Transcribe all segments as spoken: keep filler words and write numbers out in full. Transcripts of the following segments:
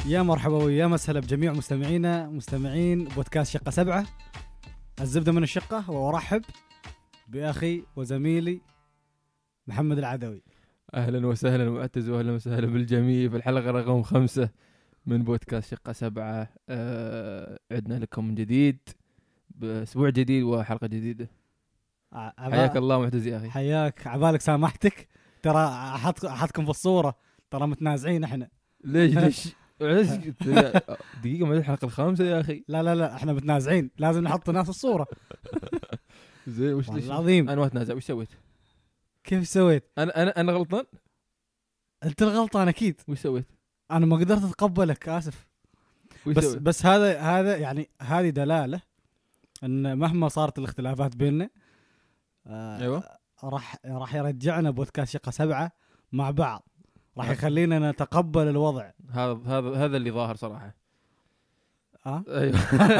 يا مرحبا ويا مسهلا بجميع مستمعينا مستمعين بودكاست شقة سبعة. الزبدة من الشقة، وأرحب بأخي وزميلي محمد العدوي. أهلا وسهلا معتز، وأهلا وسهلا بالجميع في الحلقة رقم خمسة من بودكاست شقة سبعة. أه عدنا لكم من جديد بأسبوع جديد وحلقة جديدة. عبا... حياك الله معتز يا أخي. حياك، عبالك سامحتك، ترى أحط أحطكم في الصورة، ترى متنازعين احنا. ليش ليش دقيقة ما الحلقة الخامسة يا أخي. لا لا لا احنا متنازعين، لازم نحط ناس في الصورة. زين وش ليش العظيم أنا ما أتنازع. وش سويت؟ كيف سويت؟ أنا أنا أنا غلطان. أنت الغلطان أكيد. وش سويت؟ أنا ما قدرت أتقبلك، آسف. بس سويت؟ بس هذا هذا يعني هذه دلالة ان مهما صارت الاختلافات بيننا آه ايوه راح راح يرجعنا بودكاست شقة سبعة مع بعض، راح يخلينا نتقبل الوضع. هذا هذا هذا اللي ظاهر صراحة. اه ايوه.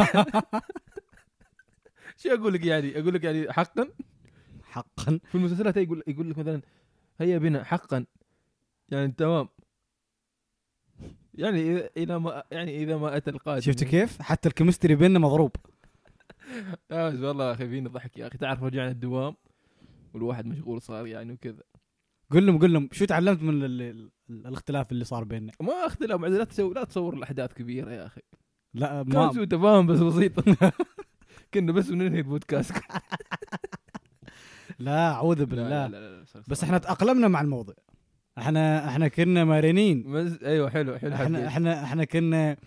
شو اقول لك يعني اقول لك يعني حقا حقا في المسلسلات يقول يقول لك مثلا هيا بنا حقا، يعني تمام، يعني إذا ما يعني إذا ما أتى القادم. شفت كيف حتى الكيمستري بيننا مضروب. آه والله أخي فينا ضحك يا أخي. تعرف رجعنا الدوام والواحد مشغول صار يعني وكذا. قل لهم قل لهم شو تعلمت من ال ال الاختلاف اللي صار بيننا؟ ما اختلاف، لا تسوي لا تصور الأحداث كبيرة يا أخي. لا ما كان سوء تفاهم بس بسيط. كنا بس بننهي البودكاست. لا أعوذ بالله. لا لا لا لا لا بس احنا تأقلمنا مع الموضوع. احنا احنا كنا مرنين. بس ايوه حلو حلو. احنا احنا احنا كنا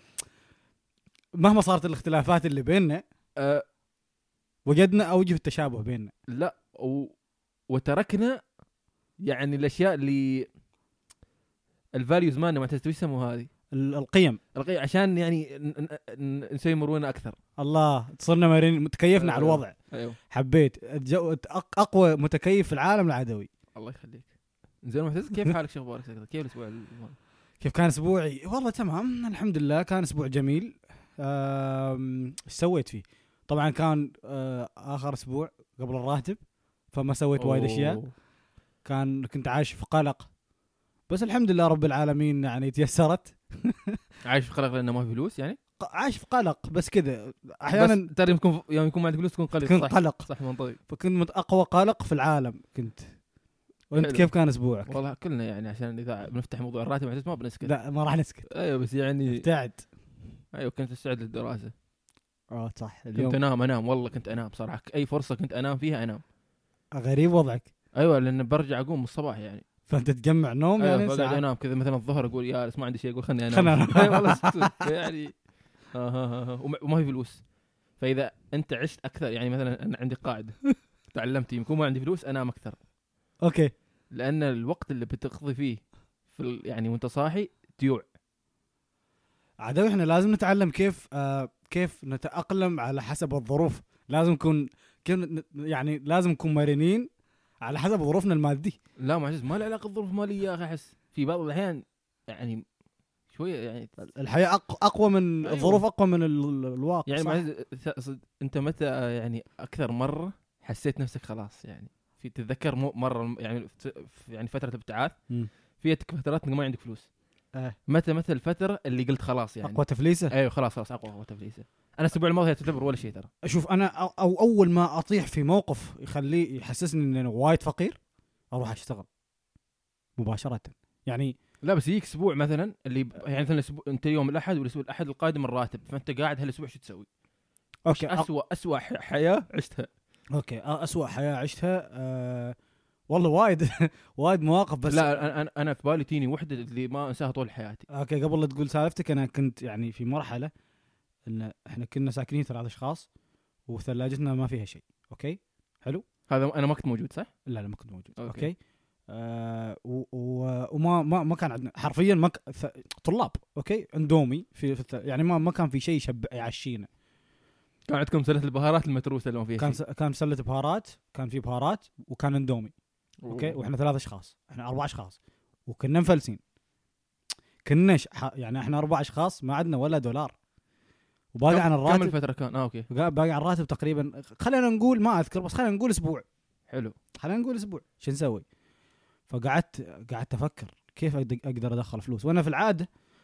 مهما صارت الاختلافات اللي بيننا أه وجدنا اوجه التشابه بيننا. لا و... وتركنا يعني الاشياء اللي الفاليوز مالنا ما تستوي يسموها هذه القيم القيم عشان يعني ن... ن... نسوي مرونه اكثر. الله صرنا مرنين، متكيفنا أه على الوضع. ايوه حبيت الجو... اقوى متكيف في العالم العدوي. الله يخليك. زين معتز، كيف حالك؟ شو اخبارك؟ كيف الاسبوع الماضي؟ كيف كان اسبوعي؟ والله تمام الحمد لله، كان اسبوع جميل. ايش سويت فيه؟ طبعا كان اخر اسبوع قبل الراتب، فما سويت وايد اشياء. كان كنت عايش في قلق، بس الحمد لله رب العالمين يعني تيسرت. عايش في قلق لانه ما في فلوس يعني؟ عايش في قلق بس كذا احيانا. ترى يكون يوم يكون ما عندك فلوس تكون قلق. تكون صح قلق صح منطقي. فكنت اقوى قلق في العالم كنت. وانت حلو. كيف كان اسبوعك؟ والله كلنا يعني عشان اذا بنفتح موضوع الراتب ما بنسكت. لا ما راح نسكت. ايوه بس يعني ابتعد. ايوه كنت استعد للدراسه. اه صح. اليوم كنت انام انام والله كنت انام صراحه، اي فرصه كنت انام فيها انام. غريب وضعك. ايوه لان برجع اقوم الصباح يعني، فانت تجمع نوم. أيوة يعني فقاعد انام كذا مثلا الظهر اقول يا بس ما عندي شيء، اقول خلني انام. خلنا أنام. أيوة والله يعني ها ها ها وما في فلوس. فاذا انت عشت اكثر يعني مثلا انا عندي قاعده تعلمت يكون ما عندي فلوس انام اكثر. اوكي. لان الوقت اللي بتقضي فيه في يعني وانت صاحي تيوع. عدوي احنا لازم نتعلم كيف آه كيف نتأقلم على حسب الظروف. لازم نكون يعني لازم نكون مرنين على حسب ظروفنا المادية. لا معجز ما له علاقه بالظروف الماليه يا اخي. احس في بعض الاحيان يعني شويه يعني الحياة أق- اقوى من أيوة. الظروف اقوى من ال- الواقع. يعني معجز انت متى يعني اكثر مره حسيت نفسك خلاص يعني في تتذكر مره يعني يعني فتره الابتعاث فيها فترات انك ما عندك فلوس. أه. متى مثل الفتره اللي قلت خلاص يعني اقوى تفليسه. ايوه خلاص خلاص اقوى اقوى تفليسه. انا الاسبوع الماضي تعتبر ولا شيء ترى. اشوف انا أو, او اول ما اطيح في موقف يخليه يحسسني ان انا وايد فقير اروح اشتغل مباشره يعني. لا بس يجيك اسبوع مثلا اللي يعني مثلا الاسبوع انت يوم الاحد والاسبوع الاحد القادم الراتب، فانت قاعد هالاسبوع شو تسوي؟ اوكي اسوأ اسوأ حياه عشتها. اوكي اسوأ حياه عشتها أه والله وايد وايد مواقف. بس لا انا انا في بالي تيني وحده اللي ما انساها طول حياتي. اوكي قبل لا تقول سالفتك، انا كنت يعني في مرحله ان احنا كنا ساكنين ثلاث اشخاص وثلاجتنا ما فيها شيء. اوكي حلو. هذا انا ما كنت موجود صح؟ لا لا ما كنت موجود. اوكي, أوكي. آه وما ما ما كان عندنا حرفيا ما ك... طلاب. اوكي اندومي في, في يعني ما ما كان في شيء يشبع يعشينا. كان عندكم سله البهارات المتروسه اللي ما فيها كان س... كان سله بهارات، كان في بهارات وكان اندومي. اوكي واحنا ثلاث اشخاص، احنا اربع اشخاص وكنا مفلسين. كنا ش... يعني احنا اربع اشخاص ما عندنا ولا دولار وباقي عن الراتب. كم الفتره كان؟ اه اوكي باقي عن الراتب تقريبا. خلينا نقول ما اذكر بس خلينا نقول اسبوع. حلو خلينا نقول اسبوع. شو نسوي؟ فقعدت قعدت افكر كيف اقدر ادخل فلوس، وانا في العاده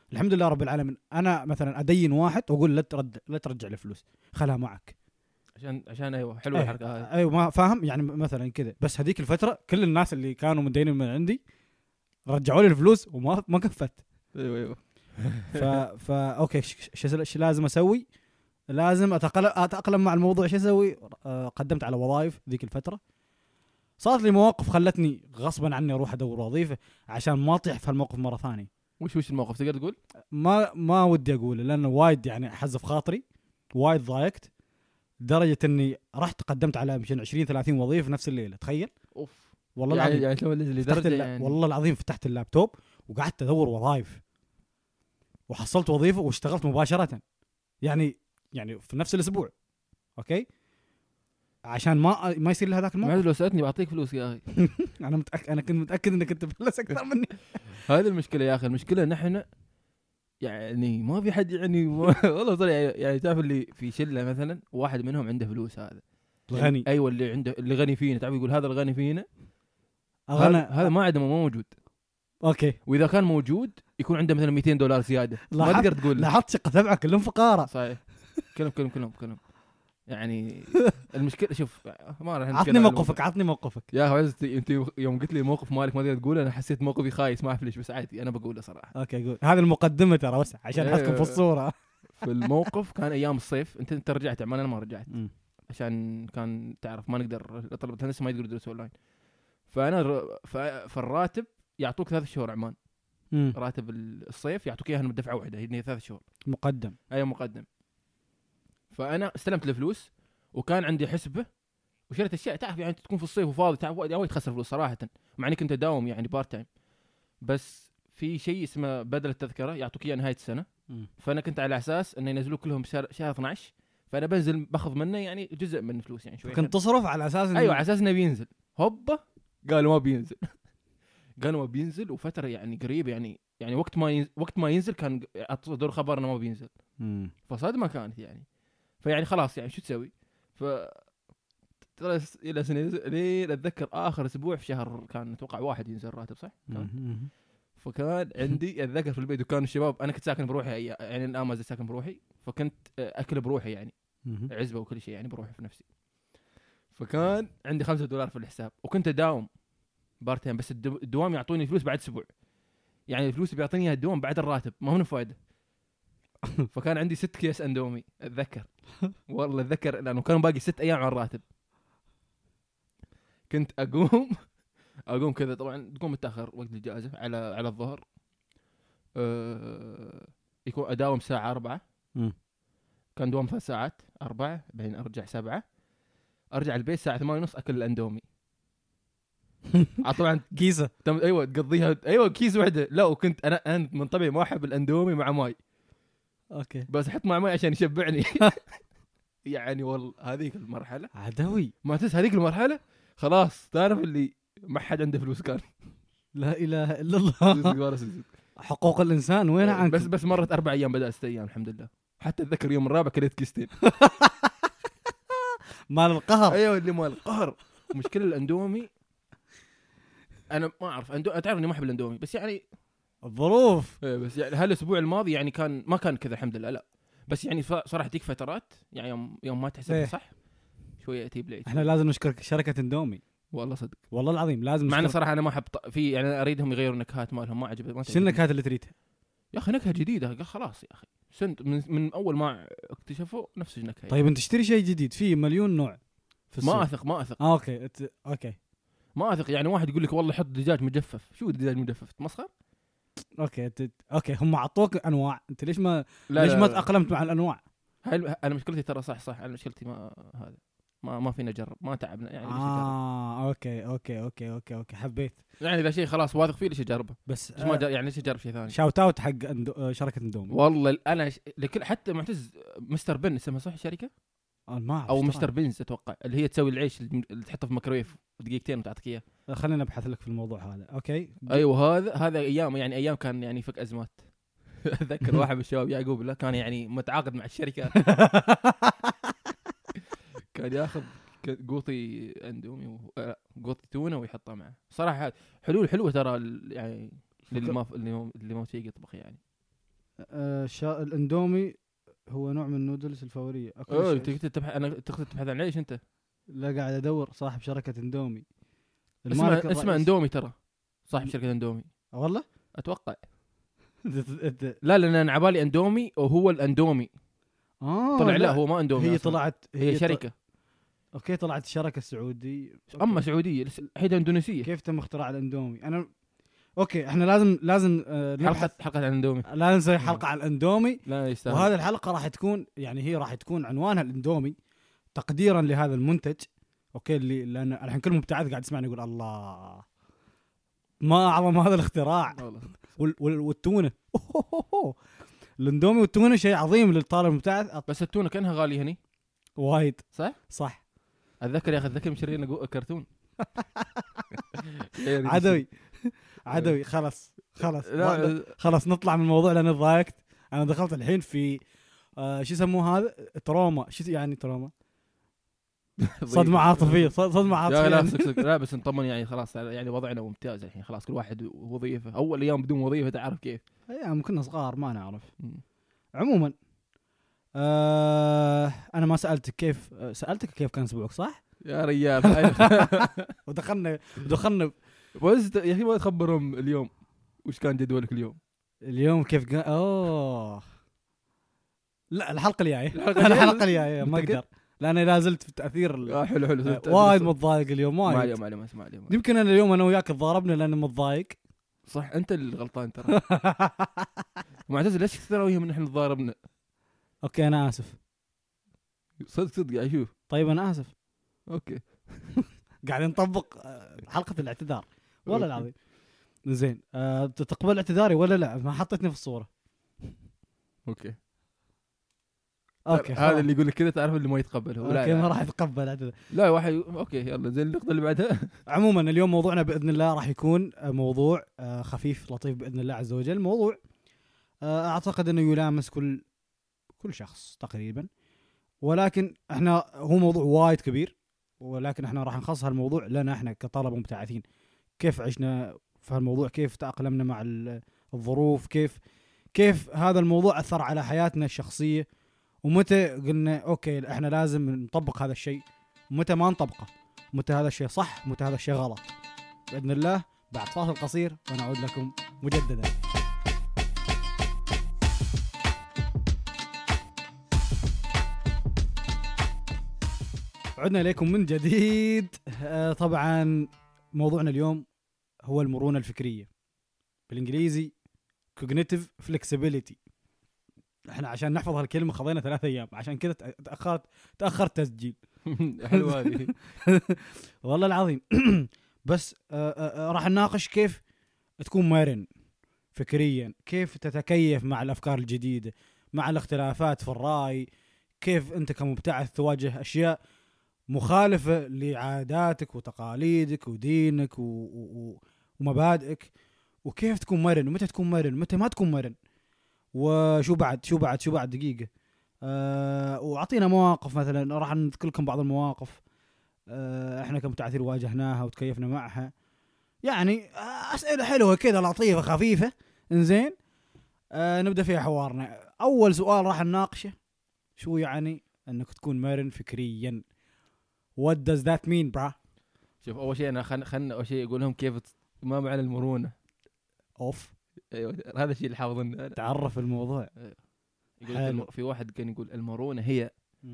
الحمد لله رب العالمين. انا مثلا ادين واحد واقول لا ترد لا ترجع لي فلوس، خلها معك عشان عشان ايوه حلوه أيه. الحركه هذه. ايوه ما فاهم يعني مثلا كذا. بس هذيك الفتره كل الناس اللي كانوا مدينين من عندي رجعوا لي الفلوس وما ما كفت. ايوه ايوه ف فا اوكي ايش لازم اسوي؟ لازم اتاقلم اتاقلم مع الموضوع. ايش اسوي؟ آه قدمت على وظائف ذيك الفتره. صارت لي مواقف خلتني غصبا عني اروح ادور وظيفه عشان ما اطيح في الموقف مره ثانيه. وش وش الموقف تقدر تقول؟ ما ما ودي اقوله لانه وايد يعني حزف خاطري، وايد ضايقت لدرجه اني رحت قدمت على يمكن عشرين ثلاثين وظيفه نفس الليله. تخيل اوف والله يعني العظيم. يعني شلون اللي فتحت درجه الل- يعني والله العظيم فتحت اللابتوب وقعدت ادور وظائف وحصلت وظيفه واشتغلت مباشره يعني يعني في نفس الاسبوع. اوكي عشان ما ما يصير لي هذاك ما الموقف. لو سالتني بعطيك فلوس يا اخي. انا متاكد انا كنت متاكد انك انت بفلس اكثر مني. هذه المشكله يا اخي. المشكله نحن يعني ما في حد يعني والله صار يعني تعرف اللي في شله مثلا واحد منهم عنده فلوس هذا الغني ايوه اللي عنده اللي غني فينا تعرف يقول هذا الغني فينا. اغنى. هذا هذا ما عنده ما موجود. اوكي واذا كان موجود يكون عنده مثلا مئتين دولار زياده ما لاحظت- تقدر تقول له. لاحظت شقه تبعه كلهم فقاره. صحيح كلهم كلهم كلهم كلهم يعني المشكله شوف ما راح نتكلم عطني عن موقفك عطني موقفك. يا اخي عزت انت يوم قلت لي موقف مالك ما تقدر تقوله انا حسيت موقفي خايس ما اعرف ليش بس عادي انا بقوله صراحه. اوكي قول. هذه المقدمه ترى بس عشان احطكم في الصوره. في الموقف كان ايام الصيف انت انت رجعت عمان انا ما رجعت مم. عشان كان تعرف ما نقدر طلبه الهندسه ما يقدروا يدرسوا اونلاين. فانا ر... ف... فالراتب يعطوك ثلاث شهور عمان. مم. راتب الصيف يعطوك اياها دفعه واحده هي ثلاث شهور مقدم. اي مقدم. فانا استلمت الفلوس وكان عندي حسبه وشريت اشياء تعرف يعني تكون في الصيف وفاضي تعرف وايد تخسر فلوس صراحه مع اني كنت اداوم يعني بارت تايم. بس في شيء اسمه بدل التذكره يعطوك اياه نهايه السنه. مم. فانا كنت على اساس انه ينزلوا كلهم شهر شهر اثناشر فانا بنزل باخذ منه يعني جزء من الفلوس يعني شوي. كنت تصرف على اساس إن ايوه على اساس انه بينزل هوبا قالوا ما بينزل. قالوا ما بينزل وفتره يعني قريب يعني يعني وقت ما ينزل وقت ما ينزل كان اصدر خبر انه ما بينزل. مم. فصدمه كانت يعني. فيعني خلاص يعني شو تسوي؟ ف ترى الى سنه لين اتذكر اخر اسبوع في شهر كان اتوقع واحد ينزل راتب صح؟ كان. مم. فكان عندي اتذكر في البيت وكان الشباب انا كنت ساكن بروحي يعني الان ما زلت ساكن بروحي فكنت اكل بروحي يعني مم. عزبه وكل شيء يعني بروحي في نفسي. فكان عندي خمسة دولار في الحساب وكنت اداوم بارتين بس الدو- الدوام يعطوني فلوس بعد اسبوع يعني الفلوس اللي بيعطيني اياها الدوام بعد الراتب ما هو فايده. فكان عندي ست كيس اندومي اتذكر والله اتذكر لانه كانوا باقي ست ايام على الراتب. كنت اقوم اقوم كذا طبعا تقوم متاخر وقت الاجازه على على الظهر أه يكون اداوم ساعه أربعة. مم. كان دوام ثلاث ساعات أربعة بعدين ارجع سبعة ارجع البيت الساعه ثمانية ونص اكل الاندومي. طبعا كيسه. تم ايوه تقضيها ايوه كيس وحده. لا وكنت انا انا من طبعي ما احب الاندومي مع ماي اوكي بس احط مع ماي عشان يشبعني. يعني والله هذيك المرحله عدوي. ما تنسى هذيك المرحله خلاص تعرف اللي ما حد عنده فلوس كان. لا اله الا الله. حقوق الانسان وين عنك؟ بس بس مرت اربع ايام بدأ ست ايام الحمد لله. حتى اتذكر يوم الرابع كليت كيستين. مال القهر. ايوه اللي مال القهر. مشكله الاندومي انا ما اعرف اندو انا تعرف اني ما احب الاندومي بس يعني الظروف. إيه بس يعني هالاسبوع الماضي يعني كان ما كان كذا الحمد لله لا بس يعني صراحه تيك فترات يعني يوم يوم ما تحسب إيه. صح شويه تجيب لي احنا لازم نشكر شركه اندومي والله صدق. والله العظيم لازم مع انه نشكر. صراحه انا ما احب ط- في يعني أنا اريدهم يغيروا نكهات مالهم ما عجبتني. شنو النكهات اللي تريدها؟ يا اخي نكهه جديده قال خلاص يا اخي سنت من, من اول ما اكتشفوا نفس النكهه. طيب انت تشتري شيء جديد فيه مليون نوع في السوق. ما اثق ما اثق آه اوكي ات... اوكي ما اثق يعني واحد يقول لك والله حط دجاج مجفف. شو دجاج مجفف تمسخر؟ اوكي ات... اوكي هم اعطوك انواع انت ليش ما لا ليش لا ما لا. تاقلمت مع الانواع؟ هاي انا مشكلتي ترى صح صح انا مشكلتي ما هذا ما ما فينا نجرب ما تعبنا يعني ليش نجرب؟ اه اوكي اوكي اوكي اوكي اوكي حبيت. يعني اذا شيء خلاص واثق فيه ليش اجربه؟ بس ليش ما آه جر... يعني ليش اجرب شيء ثاني؟ شاوت اوت حق اندو... آه شركه اندومي. والله انا ش... لكل حتى معتز مستر بن اسمها صح الشركه آه ما أعرف او إيش مستر ترى. بنز اتوقع اللي هي تسوي العيش اللي تحطه في ميكرويف دقيقتين وتعطيك اياه. خلينا نبحث لك في الموضوع هذا. اوكي ايوه هذا هذا ايام يعني ايام كان يعني فك ازمات. اتذكر واحد من الشباب يعقوب لا كان يعني متعاقد مع الشركه كان ياخذ قوطي اندومي و... آه، قوطي تونه ويحطها معه. صراحه حلول حلوه ترى ال- يعني اللي ما اللي ما اللي ما تيجي يطبخ يعني آه شا... الاندومي هو نوع من النودلز الفوريه. أكل اوه الش- انت كنت تبحث، انا تقصد تبحث عن عيش انت. لا قاعد ادور صاحب شركه اندومي اسمه المالك اسمه الرئيسي. اندومي ترى، صاحب شركه اندومي والله اتوقع. أنت- أنت- لا لان انا عبالي اندومي وهو الاندومي، اه طلع لا هو ما اندومي هي أصلاً. طلعت هي ط- شركه اوكي طلعت الشركه السعوديه. أوكي. اما سعوديه لس- هي اندونيسيه. كيف تم اختراع الاندومي؟ انا اوكي احنا لازم لازم آه نبحث، حلقه حلقه عن اندومي لازم نسوي حلقه عن الاندومي. لا يستاهل. وهذه الحلقه راح تكون يعني هي راح تكون عنوانها الاندومي تقديرا لهذا المنتج. اوكي اللي لان الحين كل مبتعث قاعد يسمعني يقول الله ما اعظم هذا الاختراع. والله وال وال والتونه الاندومي والتونه شيء عظيم للطالب المبتعث. بس التونه كانها غاليه هني وايد صح؟ صح. اتذكر يا اخي اتذكر مشترين جو- كرتون عدوي عدوي خلاص خلاص لا خلاص نطلع من الموضوع لان ضايقت. انا دخلت الحين في آه شو يسموه هذا تروما. شو يعني تروما؟ صدمه عاطفيه. صد- صدمه يا لا عاطفيه. سك سك. لا بس نطمن يعني خلاص يعني وضعنا ممتاز الحين خلاص كل واحد وظيفه. اول ايام بدون وظيفه تعرف كيف. ايام كنا صغار ما نعرف. مم. عموما آه انا ما سالتك كيف آه، سالتك كيف كان اسبوعك صح؟ يا رجال ودخلنا ودخلنا بس يا اخي ما تخبرهم اليوم وش كان جدولك اليوم. اليوم كيف كان. اوه لا الحلقه الجايه الحلقة الحلقه الجاية؟ الجايه ما متأكد؟ اقدر لاني لا زلت في تاثير ال- آه حلو حلو آه، وايد متضايق اليوم ما وايد. عليه ما عليه ما عليه يمكن انا اليوم انا وياك تضاربنا لان متضايق. صح انت اللي غلطان ترى. معتز ليش كثر وياهم ان احنا تضاربنا. اوكي انا اسف. صدق صدق قاعد اشوف. طيب انا اسف. اوكي قاعد نطبق آه، حلقه الاعتذار والله أوكي. العظيم. زين أه تقبل اعتذاري ولا لا؟ ما حطيتني في الصوره. اوكي اوكي هذا خلاص. اللي يقول لك كذا تعرف اللي ما يتقبل هو. لا اوكي ما لا, راح يتقبل اعتذار. لا واحد اوكي يلا زين النقطه اللي بعدها. عموما اليوم موضوعنا باذن الله راح يكون آه، موضوع آه، خفيف لطيف باذن الله عز وجل. موضوع آه، اعتقد انه يلامس كل كل شخص تقريبا، ولكن احنا هو موضوع وايد كبير، ولكن احنا راح نخصص هالموضوع لنا احنا كطلبه مبتعثين. كيف عشنا في هالموضوع، كيف تأقلمنا مع ال- الظروف، كيف كيف هذا الموضوع اثر على حياتنا الشخصيه، ومتى قلنا اوكي احنا لازم نطبق هذا الشيء، ومتى ما نطبقه، متى هذا الشيء صح متى هذا الشيء غلط. باذن الله بعد فاصل قصير ونعود لكم مجددا. عدنا إليكم من جديد. آه طبعا موضوعنا اليوم هو المرونة الفكرية، بالإنجليزي cognitive flexibility. احنا عشان نحفظ هالكلمة خذينا ثلاثة أيام، عشان كذا تأخرت تأخرت تسجيل. حلوه هذه. والله العظيم. بس آه آه راح نناقش كيف تكون مرن فكريا، كيف تتكيف مع الأفكار الجديدة، مع الاختلافات في الرأي، كيف أنت كمبتعث تواجه أشياء مخالفة لعاداتك وتقاليدك ودينك و... و... ومبادئك، وكيف تكون مرن ومتى تكون مرن ومتى ما تكون مرن. وشو بعد شو بعد شو بعد دقيقة أه... وعطينا مواقف مثلا، راح نذكر لكم بعض المواقف أه... احنا كمبتعثين واجهناها وتكيفنا معها، يعني أسئلة حلوة كذا لطيفة خفيفة. انزين أه... نبدأ فيها حوارنا. أول سؤال راح نناقشه شو يعني أنك تكون مرن فكريا. What does that mean bra؟ شوف اول شيء انا خلنا خلنا اول شيء اقول لهم كيف ت- ما معنى المرونه. اوف ايوه هذا الشيء اللي حافظنه. تعرف الموضوع. يقول حلو. الم... في واحد كان يقول المرونه هي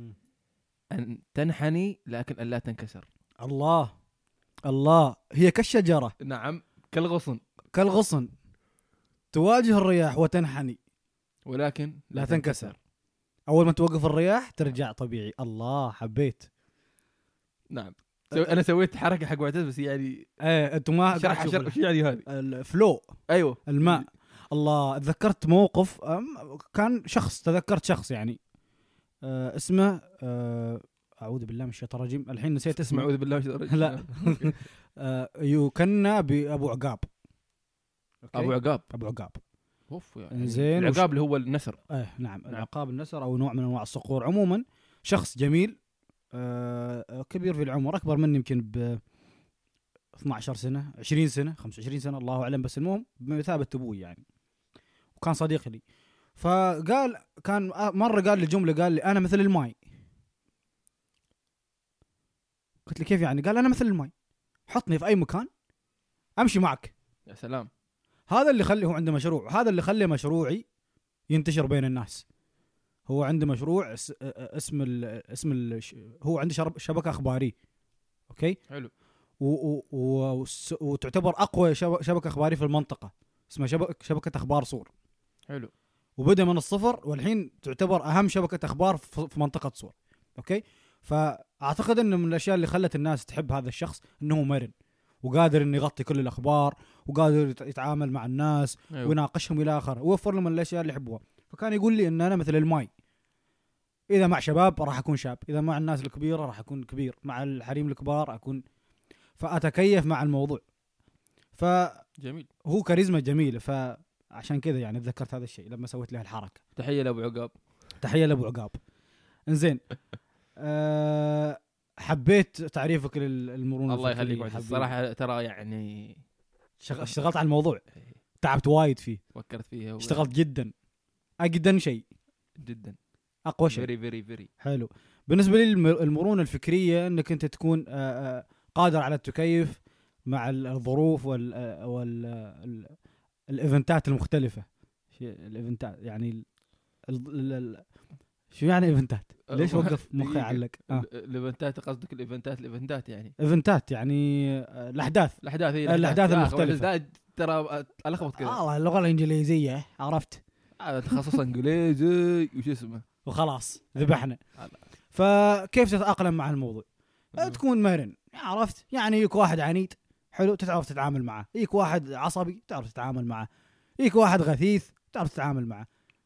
ان تنحني لكن ان لا تنكسر. الله الله، هي كالشجرة نعم كالغصن كالغصن تواجه الرياح وتنحني ولكن لا تنكسر. أول ما توقف الرياح ترجع طبيعي. الله حبيت. نعم سو... انا سويت حركه حق معتز بس يعني ايه انتم ما شرح قاعد شرح تشوفوا وش يعني هذه. الفلو ايوه الماء. الله تذكرت موقف أم، كان شخص تذكرت شخص يعني أه اسمه أه اعوذ بالله من الشيطان الرجيم الحين نسيت اسمه. اعوذ بالله من الشيطان الرجيم. لا. أه يكنى بابو عقاب. أوكي؟ ابو عقاب ابو عقاب. اوف يعني زين العقاب اللي هو النسر. ايه نعم العقاب النسر او نوع من انواع الصقور. عموما شخص جميل آه كبير في العمر، اكبر مني يمكن ب اثنتي عشرة سنه عشرين سنه خمسة وعشرين سنه الله اعلم، بس المهم بمثابه ابوي يعني، وكان صديق لي. فقال كان مره قال لي جمله، قال لي انا مثل الماي. قلت له كيف يعني؟ قال انا مثل الماي، حطني في اي مكان امشي معك. يا سلام. هذا اللي خلي هو عنده مشروع، هذا اللي خلي مشروعي ينتشر بين الناس. هو عنده مشروع اسم ال اسم ال هو عنده شبكه اخباريه، اوكي حلو، وتعتبر اقوى شبكه اخباريه في المنطقه، اسمها شبكه شبكه اخبار صور. حلو. وبدا من الصفر والحين تعتبر اهم شبكه اخبار في منطقه صور، اوكي. فاعتقد انه من الاشياء اللي خلت الناس تحب هذا الشخص انه مرن وقادر انه يغطي كل الاخبار وقادر يتعامل مع الناس. أيوه. ويناقشهم الى اخره، ووفر لهم الاشياء اللي يحبوها. فكان يقول لي ان انا مثل الماي، اذا مع شباب راح اكون شاب، اذا مع الناس الكبيره راح اكون كبير، مع الحريم الكبار اكون، فاتكيف مع الموضوع. ف جميل، هو كاريزما جميله، فعشان كذا يعني تذكرت هذا الشيء لما سويت له الحركه. تحيه لابو عقاب. تحيه لابو عقاب. انزين. أه حبيت تعريفك للمرونه. الله يخليك. الصراحه ترى يعني اشتغلت على الموضوع، تعبت وايد فيه، فكرت فيه، اشتغلت جدا اجدا شيء جدا اقوى شيء. فيري فيري فيري حلو. بالنسبه لي المرونه الفكريه انك انت تكون قادر على التكيف مع الظروف وال وال الايفنتات المختلفه. الايفنتات يعني ال ال شو يعني ايفنتات؟ ليش وقف مخي علق؟ آه. الايفنتات قصدك الايفنتات الايفنتات يعني ايفنتات يعني الاحداث الاحداث هي الاحداث المختلفه. ترى الخبط كذا. اه اللغه الانجليزيه عرفت، هذا تخصص انجليزي وش اسمه وخلاص ذبحنا. فكيف تتاقلم مع الموضوع؟ تكون مرن، عرفت يعني. يك واحد عنيد حلو تعرف تتعامل معه، يك واحد عصبي تعرف تتعامل معه، يك واحد غثيث تعرف تتعامل معه،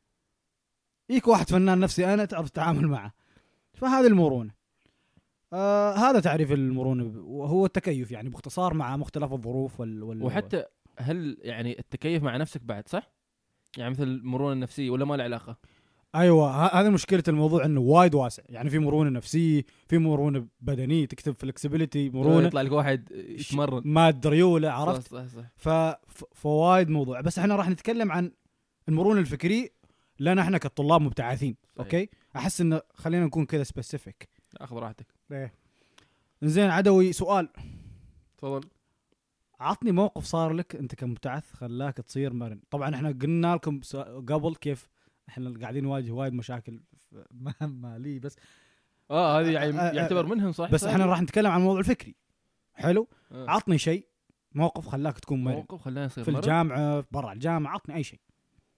يك واحد فنان نفسي انا تعرف تتعامل معه. فهذه المرونه. آه هذا تعريف المرونه، وهو التكيف يعني باختصار مع مختلف الظروف وال, وال وحتى هل يعني التكيف مع نفسك بعد صح؟ يعني مثل المرونه النفسيه ولا ما له علاقه؟ ايوه هذا مشكله الموضوع انه وايد واسع. يعني في مرونه نفسيه، في مرونه بدنيه تكتب فلكسبيليتي، مرونه يطلع لك واحد يتمرن ماد ريوله، عرفت؟ صح صح صح. ف فوايد موضوع. بس احنا راح نتكلم عن المرونه الفكريه لنا احنا كطلاب مبتعثين. صحيح. اوكي احس انه خلينا نكون كذا سبيسيفيك. اخذ راحتك. ايه زين. عدوي سؤال، تفضل. عطني موقف صار لك انت كمبتعث خلاك تصير مرن. طبعا احنا قلنا لكم قبل كيف احنا قاعدين نواجه وايد مشاكل ماليه، بس اه هذه يعني يعتبر منهم صح. بس احنا راح نتكلم عن الموضوع الفكري. حلو. آه. عطني شيء، موقف خلاك تكون مرن. موقف خلاني اصير في الجامعه، برا الجامعه، عطني اي شيء.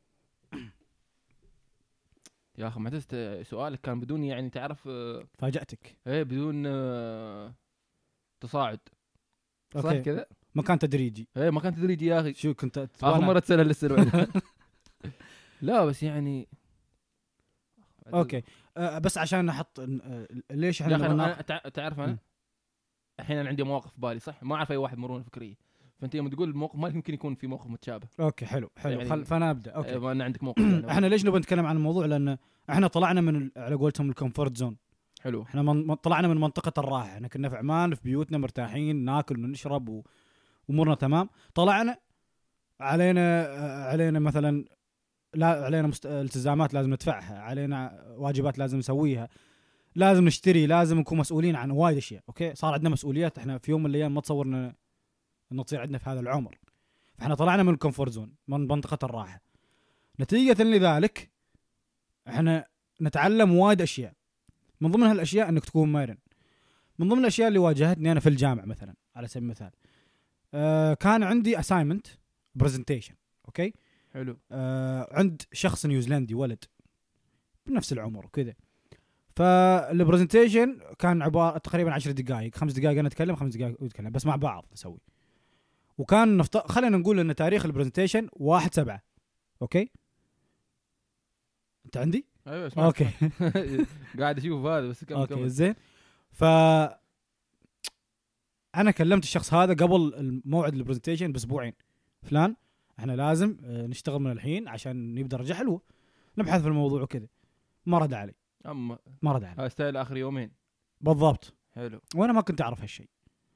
يا اخي معتز سؤالك كان بدون يعني تعرف فاجأتك. ايه بدون تصاعد. صح كذا ما كان تدريجي. ايه ما كان تدريجي يا اخي. شو كنت اخر مره تسأل لسه لا بس يعني اوكي أه بس عشان نحط أه ليش احنا أنا تعرف انا الحين انا عندي مواقف في بالي صح، ما اعرف اي واحد مرونه فكريه، فانت يوم تقول الموقف ما يمكن يكون في موقف متشابه. اوكي حلو حلو يعني خل... فانا ابدا. اوكي ما انا عندك موقف يعني احنا ليش نبغى نتكلم عن الموضوع؟ لان احنا طلعنا من على قولتهم الكومفورت زون. حلو. احنا من... طلعنا من منطقه الراحه. احنا كنا في عمان في بيوتنا مرتاحين، ناكل ونشرب و... امورنا تمام. طلعنا علينا علينا مثلا لا علينا مست... التزامات لازم ندفعها، علينا واجبات لازم نسويها، لازم نشتري، لازم نكون مسؤولين عن وايد اشياء. اوكي صار عندنا مسؤوليات احنا في يوم من الايام ما تصورنا انه تصير عندنا في هذا العمر. فاحنا طلعنا من الكومفورت زون، من منطقه الراحه. نتيجه لذلك احنا نتعلم وايد اشياء، من ضمن هالاشياء انك تكون مرن. من ضمن الاشياء اللي واجهتني انا في الجامعه مثلا على سبيل المثال، آه كان عندي اساينمنت برزنتيشن. اوكي حلو. آه عند شخص نيوزيلندي ولد بنفس العمر وكذا. فالبرزنتيشن كان عباره تقريبا عشر دقائق، خمس دقائق انا اتكلم، خمس دقائق اتكلم، بس مع بعض نسوي. وكان نفط... خلينا نقول ان تاريخ البرزنتيشن واحد سبعة. اوكي انت عندي؟ ايوه اسمع. اوكي قاعد اشوف هذا بس كم اوكي زين. ف انا كلمت الشخص هذا قبل الموعد البرزنتيشن باسبوعين، فلان احنا لازم نشتغل من الحين عشان نبدا درجه حلوه، نبحث في الموضوع وكذا. ما رد علي. اما ما رد علي. استاهل اخر يومين بالضبط. حلو. وانا ما كنت اعرف هالشيء.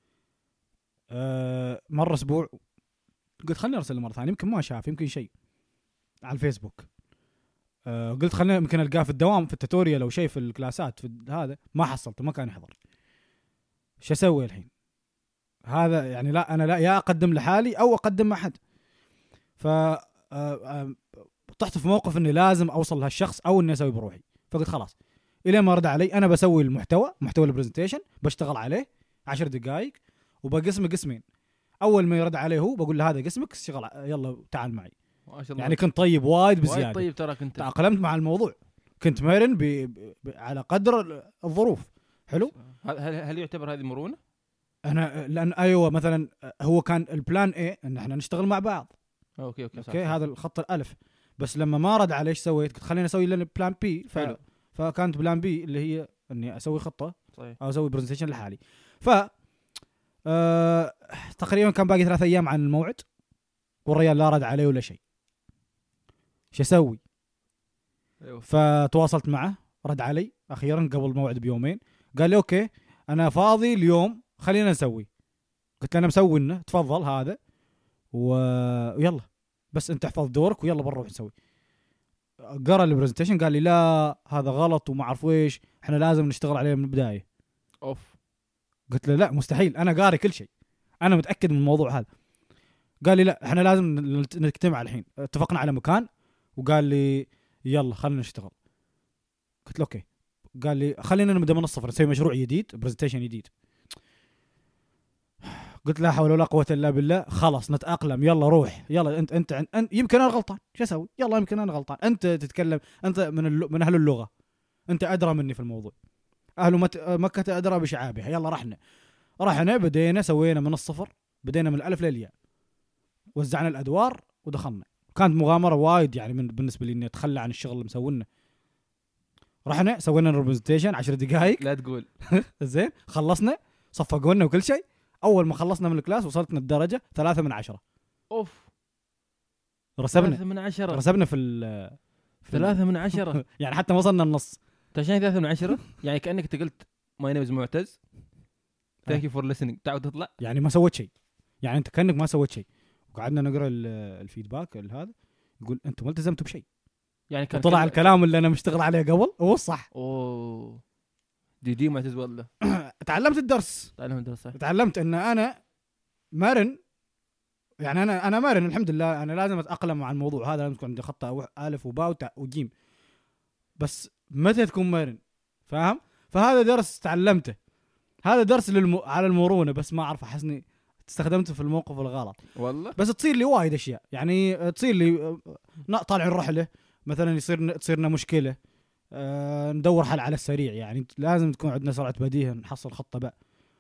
أه مر اسبوع، قلت خليني ارسل له مره ثانيه، يمكن ما شاف، يمكن شيء على الفيسبوك. أه قلت خلينا يمكن القاه في الدوام في التوتوريال او شيء في الكلاسات في هذا، ما حصلته، ما كان يحضر. شو اسوي الحين؟ هذا يعني لا انا لا يا اقدم لحالي او اقدم مع حد. ف طحت في موقف اني لازم اوصل لهالشخص او اني اسوي بروحي. فقلت خلاص الى ما رد علي انا بسوي المحتوى محتوى البرزنتيشن، بشتغل عليه عشر دقائق وبقسمه قسمين. اول ما يرد عليه هو بقول له هذا قسمك اشتغل يلا تعال معي. ما شاء الله. يعني كنت طيب وايد بزياده. وايد طيب ترى كنت تأقلمت مع الموضوع، كنت مرن ب... ب... على قدر الظروف. حلو. هل هل يعتبر هذه مرونه؟ انا لان ايوه مثلا هو كان البلان ايه ان احنا نشتغل مع بعض. اوكي اوكي, أوكي هذا الخط الالف. بس لما ما رد عليه ايش سويت؟ قلت خليني اسوي لنا بلان بي. ف... فكانت بلان بي اللي هي اني اسوي خطه صحيح. او اسوي برزنتيشن لحالي. ف أه... تقريبا كان باقي ثلاث ايام عن الموعد والرجال لا رد عليه ولا شيء. شو اسوي؟ أيوه. فتواصلت معه، رد علي اخيرا قبل الموعد بيومين، قال لي اوكي انا فاضي اليوم خلينا نسوي. قلت له انا مسوي لنا تفضل هذا ويلا بس انت احفظ دورك ويلا بنروح نسوي. قرأ البرزنتيشن قال لي لا هذا غلط وما اعرف ايش، احنا لازم نشتغل عليه من البدايه. اوف. قلت له لا مستحيل، انا قاري كل شيء، انا متاكد من الموضوع هذا. قال لي لا احنا لازم نجتمع الحين. اتفقنا على مكان وقال لي يلا خلينا نشتغل. قلت له اوكي. قال لي خلينا نبدا من الصفر نسوي مشروع جديد برزنتيشن جديد. قلت لا حول ولا قوه الا بالله، خلاص نتاقلم يلا روح يلا. انت انت, انت يمكن انا غلطان، شو اسوي؟ يلا يمكن انا غلطان، انت تتكلم انت من اللو من اهل اللغه، انت ادرى مني في الموضوع. اهل مكه ادرى بشعابها. يلا رحنا رحنا بدينا سوينا من الصفر، بدينا من الالف للياء، وزعنا الادوار ودخلنا. كانت مغامره وايد يعني من بالنسبه لي اني اتخلى عن الشغل اللي مسوينه. رحنا سوينا البرزنتيشن عشر دقائق لا تقول. زين خلصنا صفقوا لنا وكل شيء. اول ما خلصنا من الكلاس وصلتنا الدرجه ثلاثة من عشرة. اوف. رسبنا ثلاثة من عشرة. رسبنا في ال ثلاثة من عشرة. يعني حتى ما وصلنا النص. عشان ثلاثة من عشرة يعني كأنك تقلت ماي نيم از معتز ثانك يو فور listening تعود تطلع. يعني ما سويت شيء، يعني انت كأنك ما سويت شيء. وقعدنا نقرا الفيدباك هذا يقول انتم ما التزمتوا بشيء. يعني كان طلع الكلام اللي انا مشتغل عليه قبل هو الصح. اوه دي دي معتز والله. تعلمت الدرس. تعلمت الدرس. تعلمت ان انا مرن، يعني انا انا مرن الحمد لله. انا لازم اتاقلم مع الموضوع هذا، لازم يكون عندي خطه الف وباء وجيم. بس متى تكون مرن؟ فاهم؟ فهذا درس تعلمته، هذا درس للم... على المرونه. بس ما اعرف احسني استخدمته في الموقف الغلط والله. بس تصير لي وايد اشياء، يعني تصير لي طالع الرحله مثلا يصير تصير لنا مشكله أه ندور حل على السريع. يعني لازم تكون عندنا سرعه بديهه نحصل خطه بقى.